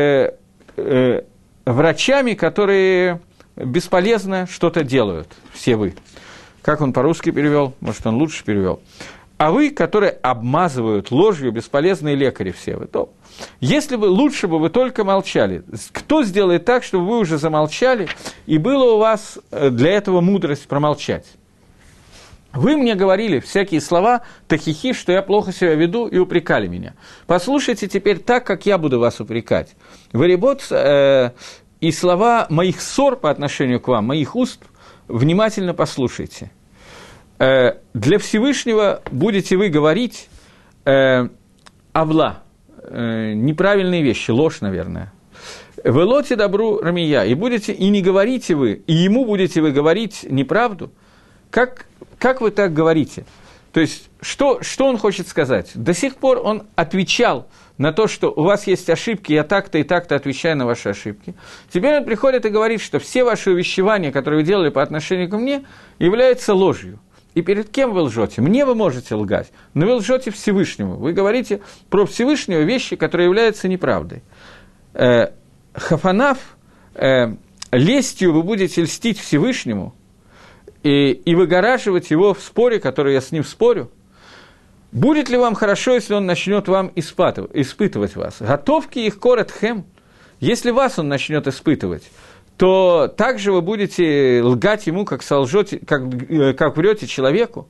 врачами, которые бесполезно что-то делают, все вы. Как он по-русски перевел? Может, он лучше перевел? А вы, которые обмазывают ложью, бесполезные лекари все вы, то если бы лучше бы вы только молчали, кто сделает так, чтобы вы уже замолчали, и было у вас для этого мудрость промолчать? Вы мне говорили всякие слова, тахихи, что я плохо себя веду, и упрекали меня. Послушайте теперь так, как я буду вас упрекать. Варибот и слова моих ссор по отношению к вам, моих уст, внимательно послушайте. Для Всевышнего будете вы говорить авла, неправильные вещи, ложь, наверное. Велоте добру рамия, и не говорите вы, и ему будете вы говорить неправду. Как вы так говорите? То есть, что он хочет сказать? До сих пор он отвечал на то, что у вас есть ошибки, я так-то и так-то отвечаю на ваши ошибки. Теперь он приходит и говорит, что все ваши увещевания, которые вы делали по отношению ко мне, являются ложью. И перед кем вы лжете? Мне вы можете лгать, но вы лжете Всевышнему. Вы говорите про Всевышнего вещи, которые являются неправдой. Хафанаф, лестью вы будете льстить Всевышнему и выгораживать его в споре, который я с ним спорю. Будет ли вам хорошо, если он начнет вам испытывать вас? Готовки их корот хэм. Если вас он начнет испытывать, то также вы будете лгать ему, как солжете, как врете человеку.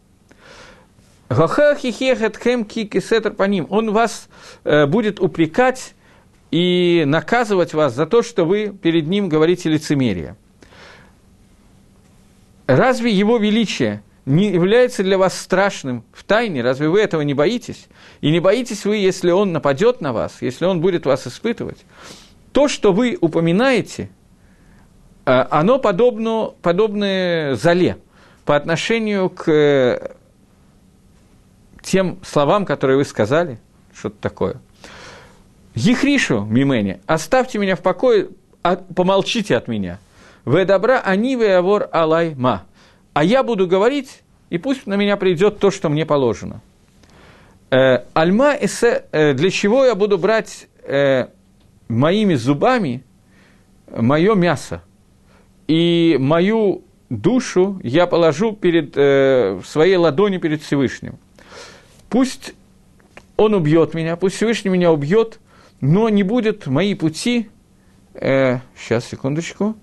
Он вас будет упрекать и наказывать вас за то, что вы перед ним говорите лицемерие. Разве его величие не является для вас страшным в тайне? Разве вы этого не боитесь? И не боитесь вы, если он нападет на вас, если он будет вас испытывать? То, что вы упоминаете, оно подобно золе по отношению к тем словам, которые вы сказали, что-то такое. Ехришу мимени, оставьте меня в покое, помолчите от меня. «Ве добра ани ве авор алай ма». А я буду говорить, и пусть на меня придет то, что мне положено. Альма эсе, для чего я буду брать моими зубами мое мясо, и мою душу я положу перед, в своей ладони перед Всевышним. Пусть он убьет меня, пусть Всевышний меня убьет, но не будет мои пути... сейчас, секундочку.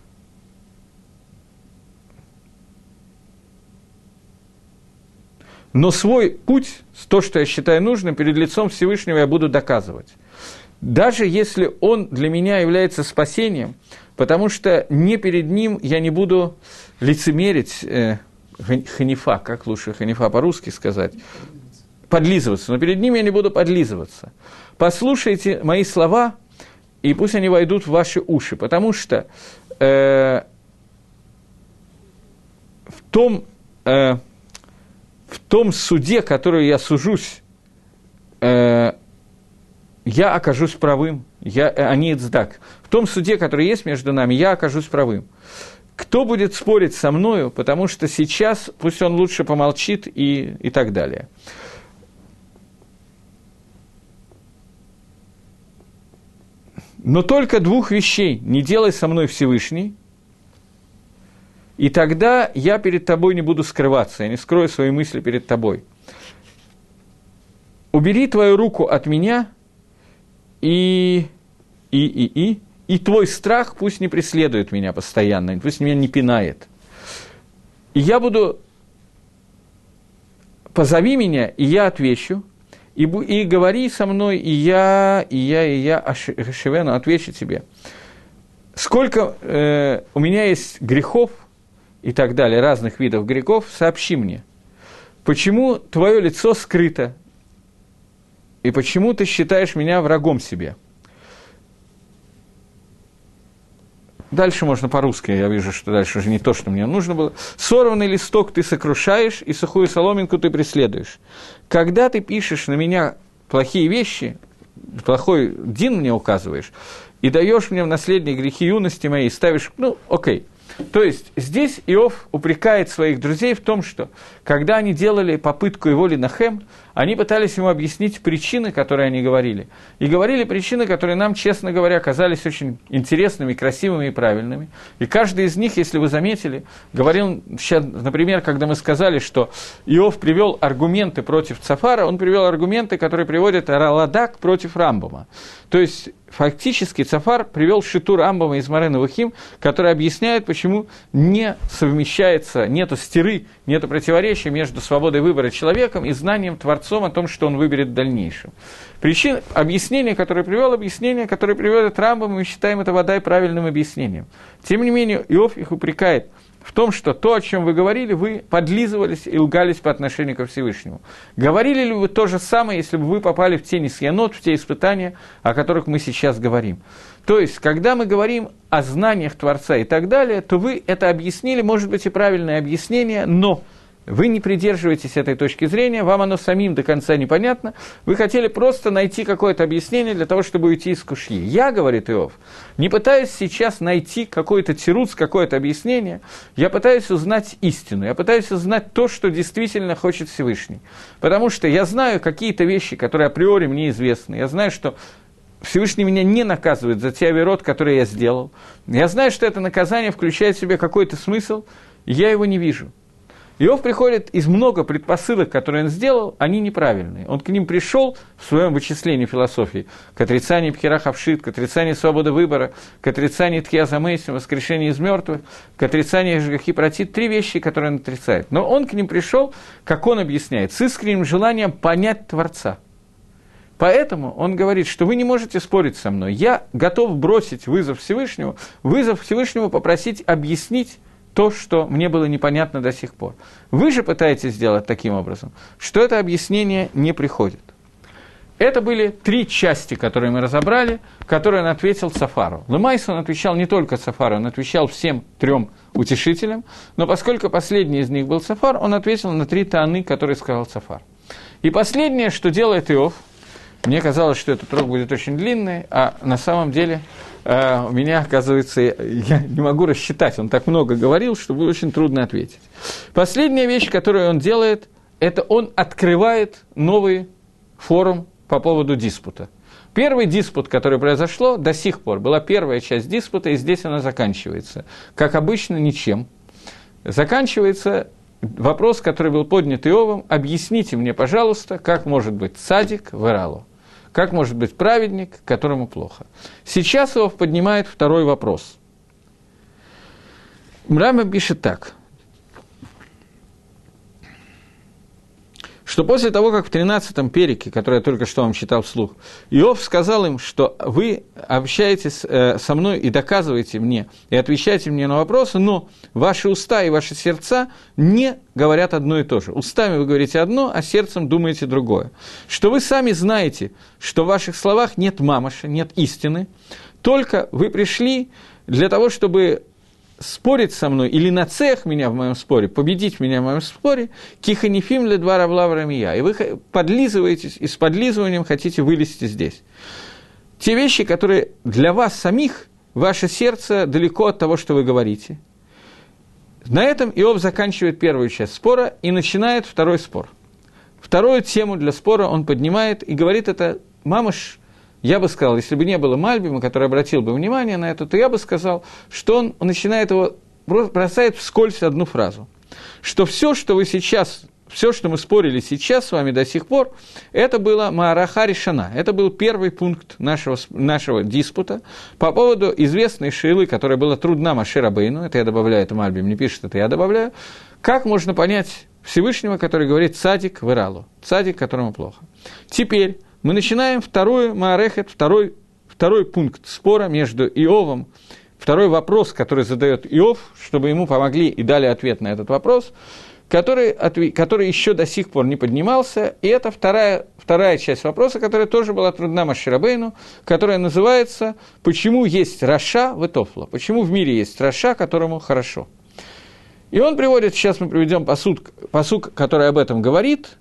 Но свой путь, то, что я считаю нужным, перед лицом Всевышнего я буду доказывать. Даже если он для меня является спасением, потому что не перед ним я не буду лицемерить, ханифа, как лучше ханифа по-русски сказать, подлизываться, но перед ним я не буду подлизываться. Послушайте мои слова, и пусть они войдут в ваши уши, потому что в том суде, который я сужусь, я окажусь правым, а не цдак. В том суде, который есть между нами, я окажусь правым. Кто будет спорить со мною, потому что сейчас пусть он лучше помолчит и так далее. Но только двух вещей не делай со мной Всевышний, и тогда я перед тобой не буду скрываться, я не скрою свои мысли перед тобой. Убери твою руку от меня, и твой страх пусть не преследует меня постоянно, пусть меня не пинает. И я буду... Позови меня, и я отвечу, и говори со мной, и я Ашевену, отвечу тебе. Сколько у меня есть грехов, и так далее, разных видов грехов, сообщи мне, почему твое лицо скрыто, и почему ты считаешь меня врагом себе. Дальше можно по-русски, я вижу, что дальше уже не то, что мне нужно было. «Сорванный листок ты сокрушаешь, и сухую соломинку ты преследуешь». Когда ты пишешь на меня плохие вещи, плохой дин мне указываешь, и даешь мне в наследие грехи юности моей, ставишь, окей. То есть здесь Иов упрекает своих друзей в том, что когда они делали попытку его линахем, они пытались ему объяснить причины, которые они говорили. И говорили причины, которые нам, честно говоря, казались очень интересными, красивыми и правильными. И каждый из них, если вы заметили, говорил, сейчас, например, когда мы сказали, что Иов привел аргументы против Цафара, он привел аргументы, которые приводят Раладак против Рамбама. То есть фактически Цафар привел шиту Рамбама из Морэ Невухим, который объясняет, почему не совмещается, нету стиры, нету противоречия между свободой выбора человеком и знанием Творцом о том, что он выберет в дальнейшем. Объяснение, которое приводит Рамбам, мы считаем это водай правильным объяснением. Тем не менее, Иов их упрекает в том, что то, о чем вы говорили, вы подлизывались и лгались по отношению ко Всевышнему. Говорили ли вы то же самое, если бы вы попали в те нисьянот, в те испытания, о которых мы сейчас говорим? То есть, когда мы говорим о знаниях Творца и так далее, то вы это объяснили, может быть, и правильное объяснение, но вы не придерживаетесь этой точки зрения, вам оно самим до конца непонятно, вы хотели просто найти какое-то объяснение для того, чтобы уйти из кушьи. Я, говорит Иов, не пытаюсь сейчас найти какой-то тируц, какое-то объяснение, я пытаюсь узнать истину, я пытаюсь узнать то, что действительно хочет Всевышний. Потому что я знаю какие-то вещи, которые априори мне известны, я знаю, что Всевышний меня не наказывает за те авирот, которые я сделал. Я знаю, что это наказание включает в себя какой-то смысл, и я его не вижу. Иов приходит из много предпосылок, которые он сделал, они неправильные. Он к ним пришел в своем вычислении философии к отрицанию Пхира Хавшит, к отрицанию свободы выбора, к отрицанию Тхия Замейсим, воскрешения из мертвых, к отрицанию Жгахи Протит. 3 вещи, которые он отрицает. Но он к ним пришел, как он объясняет, с искренним желанием понять Творца. Поэтому он говорит, что вы не можете спорить со мной. Я готов бросить вызов Всевышнему попросить объяснить то, что мне было непонятно до сих пор. Вы же пытаетесь сделать таким образом, что это объяснение не приходит. Это были 3 части, которые мы разобрали, которые он ответил Цафару. Лемайс он отвечал не только Цафару, он отвечал всем 3 утешителям, но поскольку последний из них был Цафар, он ответил на 3 тааны, которые сказал Цафар. И последнее, что делает Иов, Мне казалось, что этот урок будет очень длинный, а на самом деле у меня, оказывается, я не могу рассчитать. Он так много говорил, что было очень трудно ответить. Последняя вещь, которую он делает, это он открывает новый форум по поводу диспута. Первый диспут, который произошло, до сих пор была первая часть диспута, и здесь она заканчивается. Как обычно, ничем. Заканчивается вопрос, который был поднят Иовом: объясните мне, пожалуйста, как может быть цадик в Иралу, как может быть праведник, которому плохо. Сейчас Иов поднимает второй вопрос. Рамбам пишет так, что после того, как в 13-м перике, который я только что вам читал вслух, Иов сказал им, что вы общаетесь со мной и доказываете мне, и отвечаете мне на вопросы, но ваши уста и ваши сердца не говорят одно и то же. Устами вы говорите одно, а сердцем думаете другое. Что вы сами знаете, что в ваших словах нет мамаша, нет истины, только вы пришли для того, чтобы спорить со мной или нацех меня в моем споре, победить меня в моем споре, киханифим ле два равлава рамия. И вы подлизываетесь, и с подлизыванием хотите вылезти здесь. Те вещи, которые для вас самих, ваше сердце далеко от того, что вы говорите. На этом Иов заканчивает первую часть спора и начинает второй спор. Вторую тему для спора он поднимает и говорит это мамаш. Я бы сказал, если бы не было Мальбима, который обратил бы внимание на это, то я бы сказал, что он начинает его, бросает вскользь одну фразу, что все, что вы сейчас, все, что мы спорили сейчас с вами до сих пор, это было Маараха Ришана, это был первый пункт нашего диспута по поводу известной шейлы, которая была трудна Моше Рабейну, это я добавляю, это Мальбим не пишет, это я добавляю, как можно понять Всевышнего, который говорит «цадик в Иралу», «цадик, которому плохо». Теперь мы начинаем второй маарехет, второй пункт спора между Иовом, второй вопрос, который задает Иов, чтобы ему помогли и дали ответ на этот вопрос, который еще до сих пор не поднимался, и это вторая часть вопроса, которая тоже была трудна Моше Рабейну, которая называется «Почему есть Раша в Тофло?», почему в мире есть Раша, которому хорошо. И он приводит, сейчас мы приведем пасук, который об этом говорит,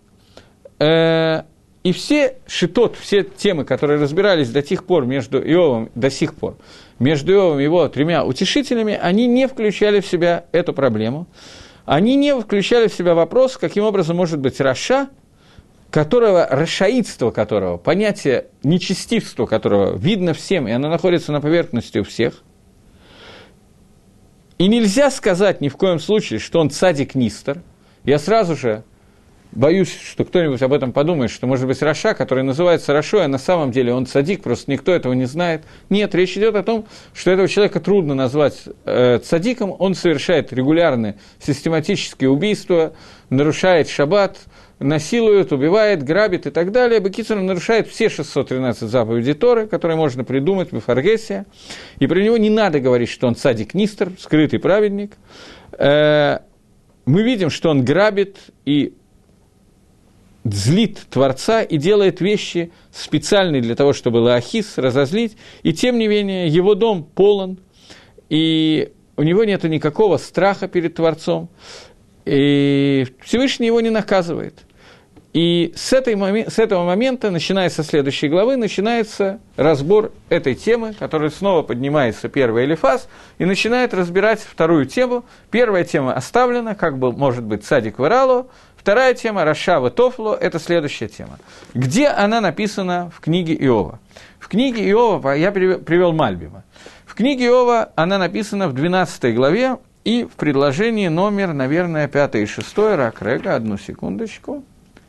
и все шитот, все темы, которые разбирались до сих пор между Иовом и его тремя утешителями, они не включали в себя эту проблему. Они не включали в себя вопрос, каким образом может быть Раша, рашаидство которого, понятие нечестивства которого видно всем, и оно находится на поверхности у всех. И нельзя сказать ни в коем случае, что он цадик-нистер. Я сразу же боюсь, что кто-нибудь об этом подумает, что может быть Раша, который называется Рашой, а на самом деле он цадик, просто никто этого не знает. Нет, речь идет о том, что этого человека трудно назвать цадиком, он совершает регулярные систематические убийства, нарушает шаббат, насилует, убивает, грабит и так далее. Бекицур нарушает все 613 заповедей Торы, которые можно придумать, бефаргесия. И про него не надо говорить, что он цадик-нистер, скрытый праведник. Мы видим, что он грабит и злит Творца и делает вещи специальные для того, чтобы Лаахис разозлить, и тем не менее его дом полон, и у него нет никакого страха перед Творцом, и Всевышний его не наказывает. И с этого момента, начиная со следующей главы, начинается разбор этой темы, которая снова поднимается первый Элифаз, и начинает разбирать вторую тему. Первая тема оставлена, как бы может быть цадик в Иралу. Вторая тема, Раша в Тофло, это следующая тема. Где она написана в книге Иова? В книге Иова, я привел Мальбима. В книге Иова она написана в 12 главе и в предложении номер, наверное, 5 и 6, Рак-Рега, одну секундочку.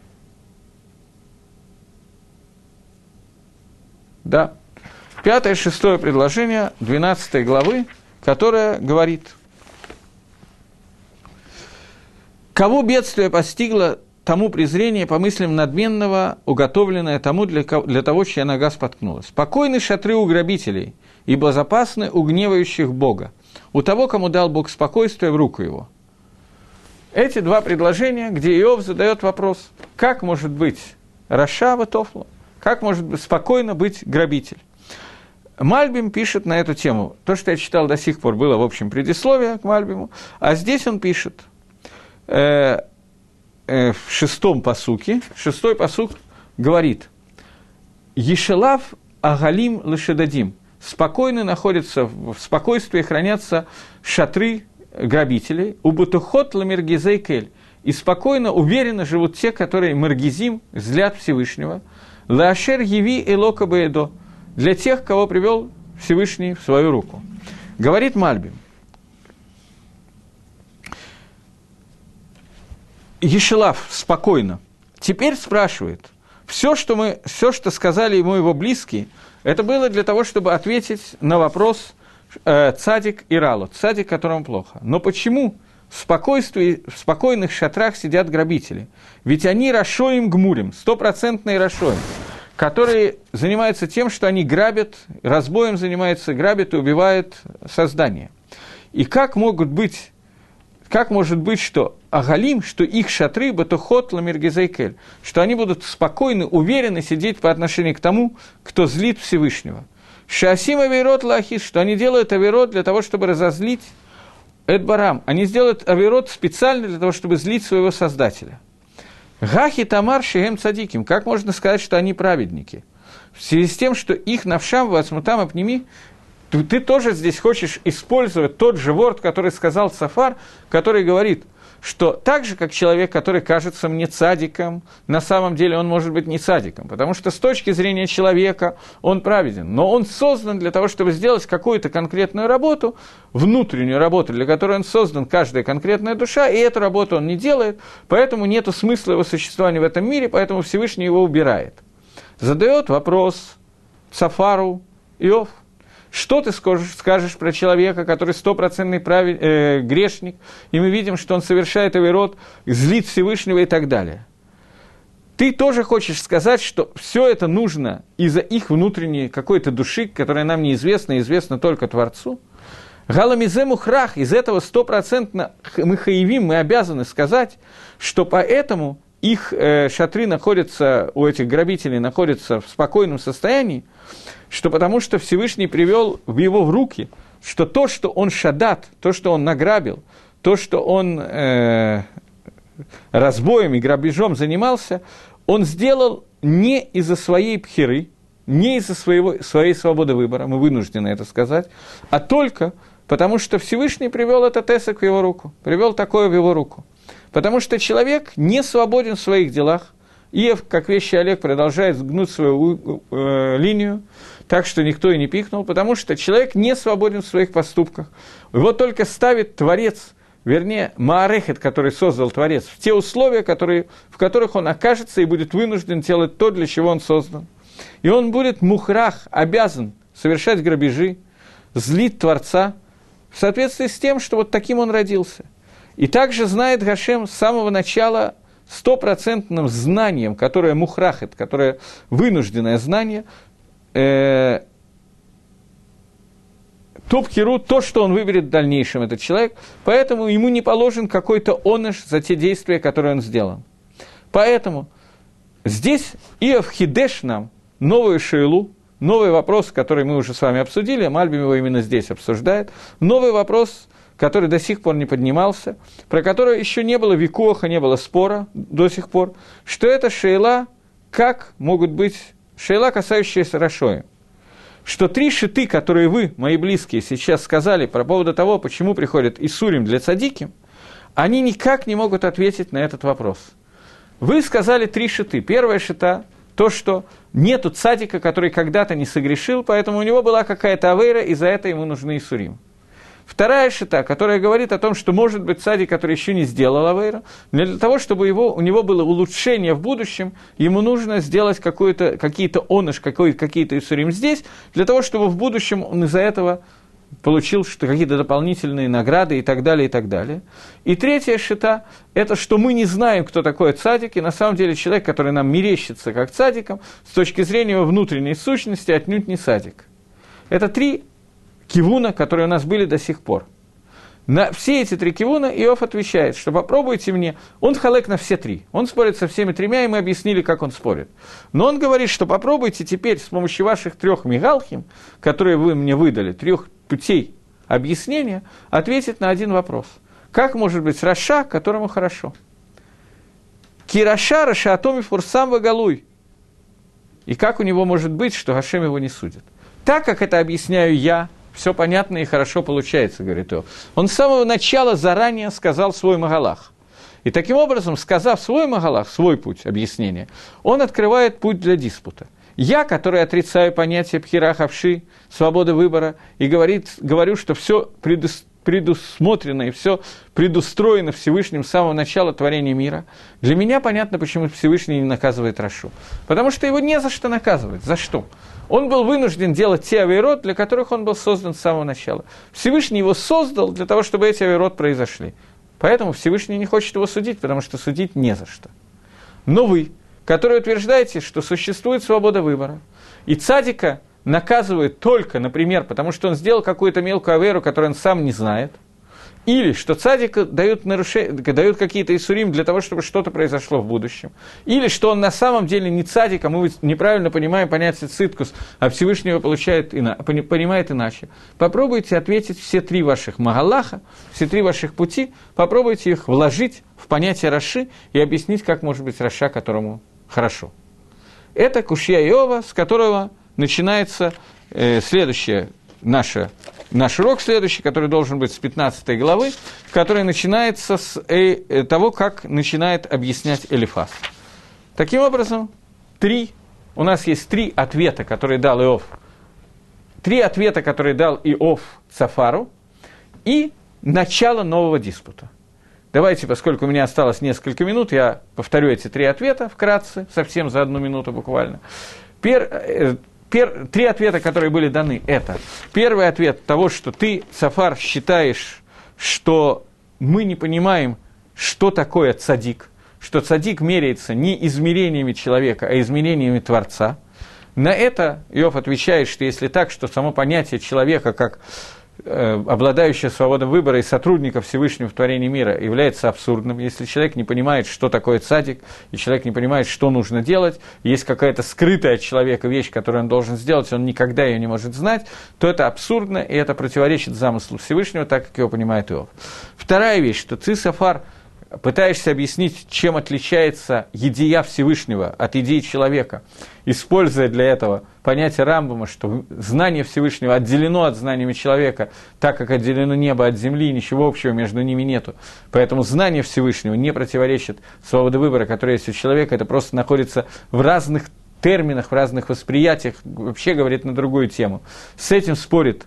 Да, 5 и 6 предложение 12 главы, которое говорит: «Кого бедствие постигло, тому презрение по мыслям надменного, уготовленное тому для того, чья нога споткнулась. Спокойны шатры у грабителей, и безопасны у гневающих Бога, у того, кому дал Бог спокойствие в руку его». Эти два предложения, где Иов задает вопрос, как может быть Раша в Тофло, как может спокойно быть грабитель. Мальбим пишет на эту тему. То, что я читал до сих пор, было в общем предисловие к Мальбиму, а здесь он пишет в 6-м пасуке. 6-й пасук говорит: Ешелав агалим лешедадим. Спокойно находятся, в спокойствии хранятся шатры грабителей. Убутухот ламергизей кель. И спокойно, уверенно живут те, которые маргизим, взгляд Всевышнего. Лаашер яви элока баэдо. Для тех, кого привел Всевышний в свою руку. Говорит Мальбим. Ешелав спокойно. Теперь спрашивает. Все, что сказали ему его близкие, это было для того, чтобы ответить на вопрос цадик и ралу. Цадик, которому плохо. Но почему в спокойных шатрах сидят грабители? Ведь они рашоим гмурим, стопроцентные рашоим, которые занимаются тем, что они грабят, разбоем занимаются, грабят и убивают создание. И как может быть, что агалим, что их шатры, батухот ламиргизейкель, что они будут спокойно, уверенно сидеть по отношению к тому, кто злит Всевышнего. Шаасим авейрот лахис, что они делают авейрот для того, чтобы разозлить Эдбарам. Они сделают авейрот специально для того, чтобы злить своего Создателя. Гахи тамар шеем цадиким. Как можно сказать, что они праведники? В связи с тем, что их навшам васмутам апними, ты тоже здесь хочешь использовать тот же ворд, который сказал Цафар, который говорит, что так же, как человек, который кажется мне цадиком, на самом деле он может быть не цадиком, потому что с точки зрения человека он праведен, но он создан для того, чтобы сделать какую-то конкретную работу, внутреннюю работу, для которой он создан, каждая конкретная душа, и эту работу он не делает, поэтому нет смысла его существования в этом мире, поэтому Всевышний его убирает. Задает вопрос Цафару Иов. Что ты скажешь про человека, который стопроцентный грешник, и мы видим, что он совершает авейрот, злит Всевышнего и так далее. Ты тоже хочешь сказать, что все это нужно из-за их внутренней какой-то души, которая нам неизвестна, известна только Творцу? Галамизе мухрах, из этого стопроцентно мы хаевим, мы обязаны сказать, что поэтому их шатры находятся, у этих грабителей находятся в спокойном состоянии, что потому что Всевышний привел его в руки, что то, что он шадат, то, что он награбил, то, что он разбоем и грабежом занимался, он сделал не из-за своей пхиры, не из-за своей свободы выбора, мы вынуждены это сказать, а только потому, что Всевышний привел этот эсек в его руку, привел такое в его руку. Потому что человек не свободен в своих делах. Иов, как вещи Олег, продолжает гнуть свою линию, так что никто и не пикнул, потому что человек не свободен в своих поступках. Его только ставит Творец, вернее, Маарехет, который создал Творец, в те условия, в которых он окажется и будет вынужден делать то, для чего он создан. И он будет мухрах, обязан совершать грабежи, злить Творца, в соответствии с тем, что вот таким он родился. И также знает Гашем с самого начала стопроцентным знанием, которое мухрахет, которое вынужденное знание, топ-хиру, то, что он выберет в дальнейшем, этот человек, поэтому ему не положен какой-то оныш за те действия, которые он сделал. Поэтому здесь Иов хидеш нам новую шейлу, новый вопрос, который мы уже с вами обсудили, Мальбим его именно здесь обсуждает, новый вопрос, который до сих пор не поднимался, про который еще не было викуаха, не было спора до сих пор, что это шейла, как могут быть шейла, касающаяся Рашоя. Что 3 шиты, которые вы, мои близкие, сейчас сказали по поводу того, почему приходят Исурим для цадиким, они никак не могут ответить на этот вопрос. Вы сказали 3 шиты. Первая шита – то, что нету цадика, который когда-то не согрешил, поэтому у него была какая-то авейра, и за это ему нужны Исурим. Вторая шита, которая говорит о том, что может быть цадик, который еще не сделал авейру, но для того, чтобы у него было улучшение в будущем, ему нужно сделать какие-то оныш, какие-то исурим здесь, для того, чтобы в будущем он из-за этого получил какие-то дополнительные награды и так далее, и так далее. И третья шита – это что мы не знаем, кто такой цадик, и на самом деле человек, который нам мерещится как цадиком, с точки зрения его внутренней сущности, отнюдь не цадик. Это 3 кивуна, которые у нас были до сих пор. На все эти 3 кивуна Иов отвечает, что попробуйте мне, он халек на все 3, он спорит со всеми 3, и мы объяснили, как он спорит. Но он говорит, что попробуйте теперь с помощью ваших 3 мигалхим, которые вы мне выдали, 3 путей объяснения, ответить на один вопрос. Как может быть Раша, которому хорошо? Кираша Раша Атоми Фурсам Вагалуй. И как у него может быть, что Гашем его не судит? Так, как это объясняю я, все понятно и хорошо получается, говорит Иов. Он с самого начала заранее сказал свой Магалах. И таким образом, сказав свой Магалах, свой путь объяснения, он открывает путь для диспута. Я, который отрицаю понятие пхира хавши, свободы выбора, и говорю, что все предусмотрено и все предустроено Всевышним с самого начала творения мира, для меня понятно, почему Всевышний не наказывает Рашу. Потому что его не за что наказывать. За что? Он был вынужден делать те авейрот, для которых он был создан с самого начала. Всевышний его создал для того, чтобы эти авейрот произошли. Поэтому Всевышний не хочет его судить, потому что судить не за что. Но вы, которые утверждаете, что существует свобода выбора, и цадика наказывают только, например, потому что он сделал какую-то мелкую аверу, которую он сам не знает, или что цадика дают какие-то исурим для того, чтобы что-то произошло в будущем, или что он на самом деле не цадик, а мы неправильно понимаем понятие циткус, а Всевышний его понимает иначе. Попробуйте ответить все три ваших магалаха, все три ваших пути, попробуйте их вложить в понятие Раши и объяснить, как может быть Раша, которому хорошо. Это кушья Иова, с которого начинается наш урок следующий, который должен быть с 15 главы, который начинается с того, как начинает объяснять Элифаз. Таким образом, у нас есть три ответа, которые дал Иов. Три ответа, которые дал Иов Цафару, и начало нового диспута. Давайте, поскольку у меня осталось несколько минут, я повторю эти три ответа вкратце, совсем за 1 минуту буквально. Три ответа, которые были даны, это первый ответ того, что ты, Цафар, считаешь, что мы не понимаем, что такое цадик, что цадик меряется не измерениями человека, а измерениями Творца. На это Иов отвечает, что если так, что само понятие человека как обладающая свободой выбора и сотрудника Всевышнего в творении мира является абсурдным, если человек не понимает, что такое цадик, и человек не понимает, что нужно делать, есть какая-то скрытая от человека вещь, которую он должен сделать, он никогда ее не может знать, то это абсурдно, и это противоречит замыслу Всевышнего, так как его понимает Иов. Вторая вещь, что ты, Цафар, пытаешься объяснить, чем отличается идея Всевышнего от идеи человека, используя для этого понятие Рамбама, что знание Всевышнего отделено от знания человека, так как отделено небо от земли, ничего общего между ними нету. Поэтому знание Всевышнего не противоречит свободе выбора, которая есть у человека, это просто находится в разных терминах, в разных восприятиях, вообще говорит на другую тему. С этим спорит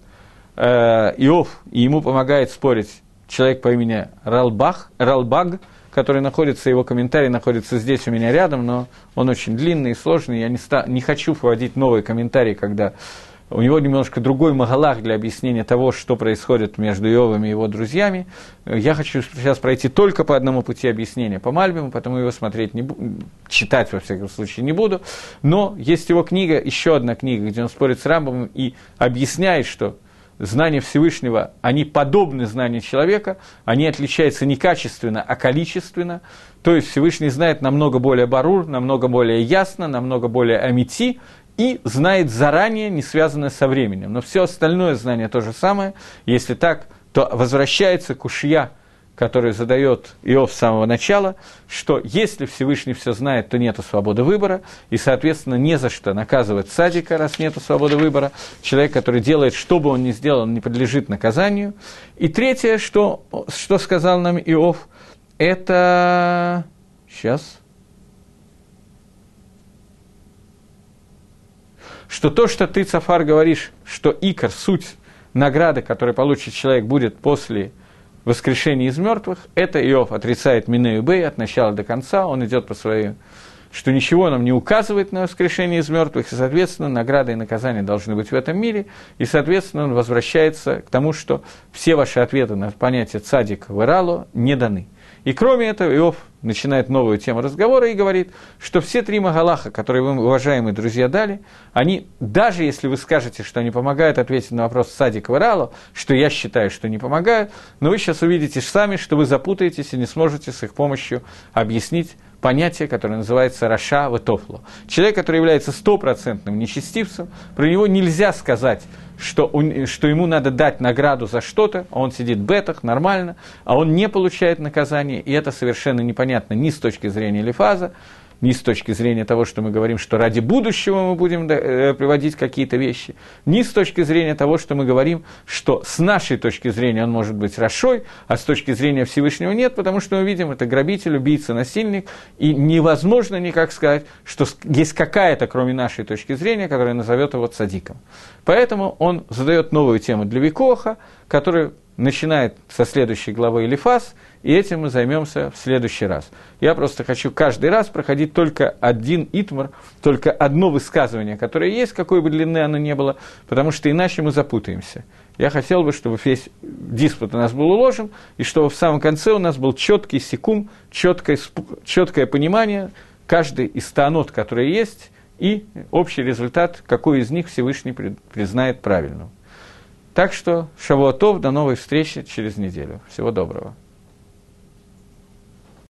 Иов, и ему помогает спорить человек по имени Ралбаг, который находится, его комментарий находится здесь у меня рядом, но он очень длинный и сложный, я не хочу вводить новые комментарии, когда у него немножко другой магалах для объяснения того, что происходит между Иовом и его друзьями. Я хочу сейчас пройти только по одному пути объяснения, по Мальбиму, потому его смотреть не буду, читать, во всяком случае, не буду. Но есть его книга, еще одна книга, где он спорит с Рамбамом и объясняет, что знания Всевышнего, они подобны знанию человека, они отличаются не качественно, а количественно. То есть Всевышний знает намного более барур, намного более ясно, намного более амити, и знает заранее, не связанное со временем. Но все остальное знание то же самое. Если так, то возвращается кушья, который задает Иов с самого начала, что если Всевышний все знает, то нет свободы выбора, и, соответственно, не за что наказывать цадика, раз нет свободы выбора. Человек, который делает, что бы он ни сделал, он не подлежит наказанию. И третье, что сказал нам Иов, это... Сейчас... Что то, что ты, Цафар, говоришь, что икор, суть награды, которую получит человек, будет после воскрешения из мертвых, это Иов отрицает Минею Бей от начала до конца, он идет по своей, что ничего нам не указывает на воскрешение из мертвых, и, соответственно, награда и наказание должны быть в этом мире, и, соответственно, он возвращается к тому, что все ваши ответы на понятие цадик в Иралу не даны. И кроме этого, Иов начинает новую тему разговора и говорит, что все три магалаха, которые вы, уважаемые друзья, дали, они, даже если вы скажете, что они помогают ответить на вопрос цадик в Иралу, что я считаю, что не помогают, но вы сейчас увидите сами, что вы запутаетесь и не сможете с их помощью объяснить понятие, которое называется «раша вэтофло». Человек, который является стопроцентным нечестивцем, про него нельзя сказать, что ему надо дать награду за что-то, а он сидит в бетах, нормально, а он не получает наказание, и это совершенно непонятно ни с точки зрения Элифаза, ни с точки зрения того, что мы говорим, что ради будущего мы будем приводить какие-то вещи, ни с точки зрения того, что мы говорим, что с нашей точки зрения он может быть рашой, а с точки зрения Всевышнего нет, потому что мы видим, это грабитель, убийца, насильник, и невозможно никак сказать, что есть какая-то, кроме нашей точки зрения, которая назовет его цадиком. Поэтому он задает новую тему для Викоха, которую начинает со следующей главы Элифаз, и этим мы займемся в следующий раз. Я просто хочу каждый раз проходить только один итмар, только одно высказывание, которое есть, какой бы длины оно ни было, потому что иначе мы запутаемся. Я хотел бы, чтобы весь диспут у нас был уложен, и чтобы в самом конце у нас был четкий секум, четкое понимание каждой из таанот, которые есть, и общий результат, какой из них Всевышний признает правильным. Так что, шавуа тов, до новой встречи через неделю. Всего доброго.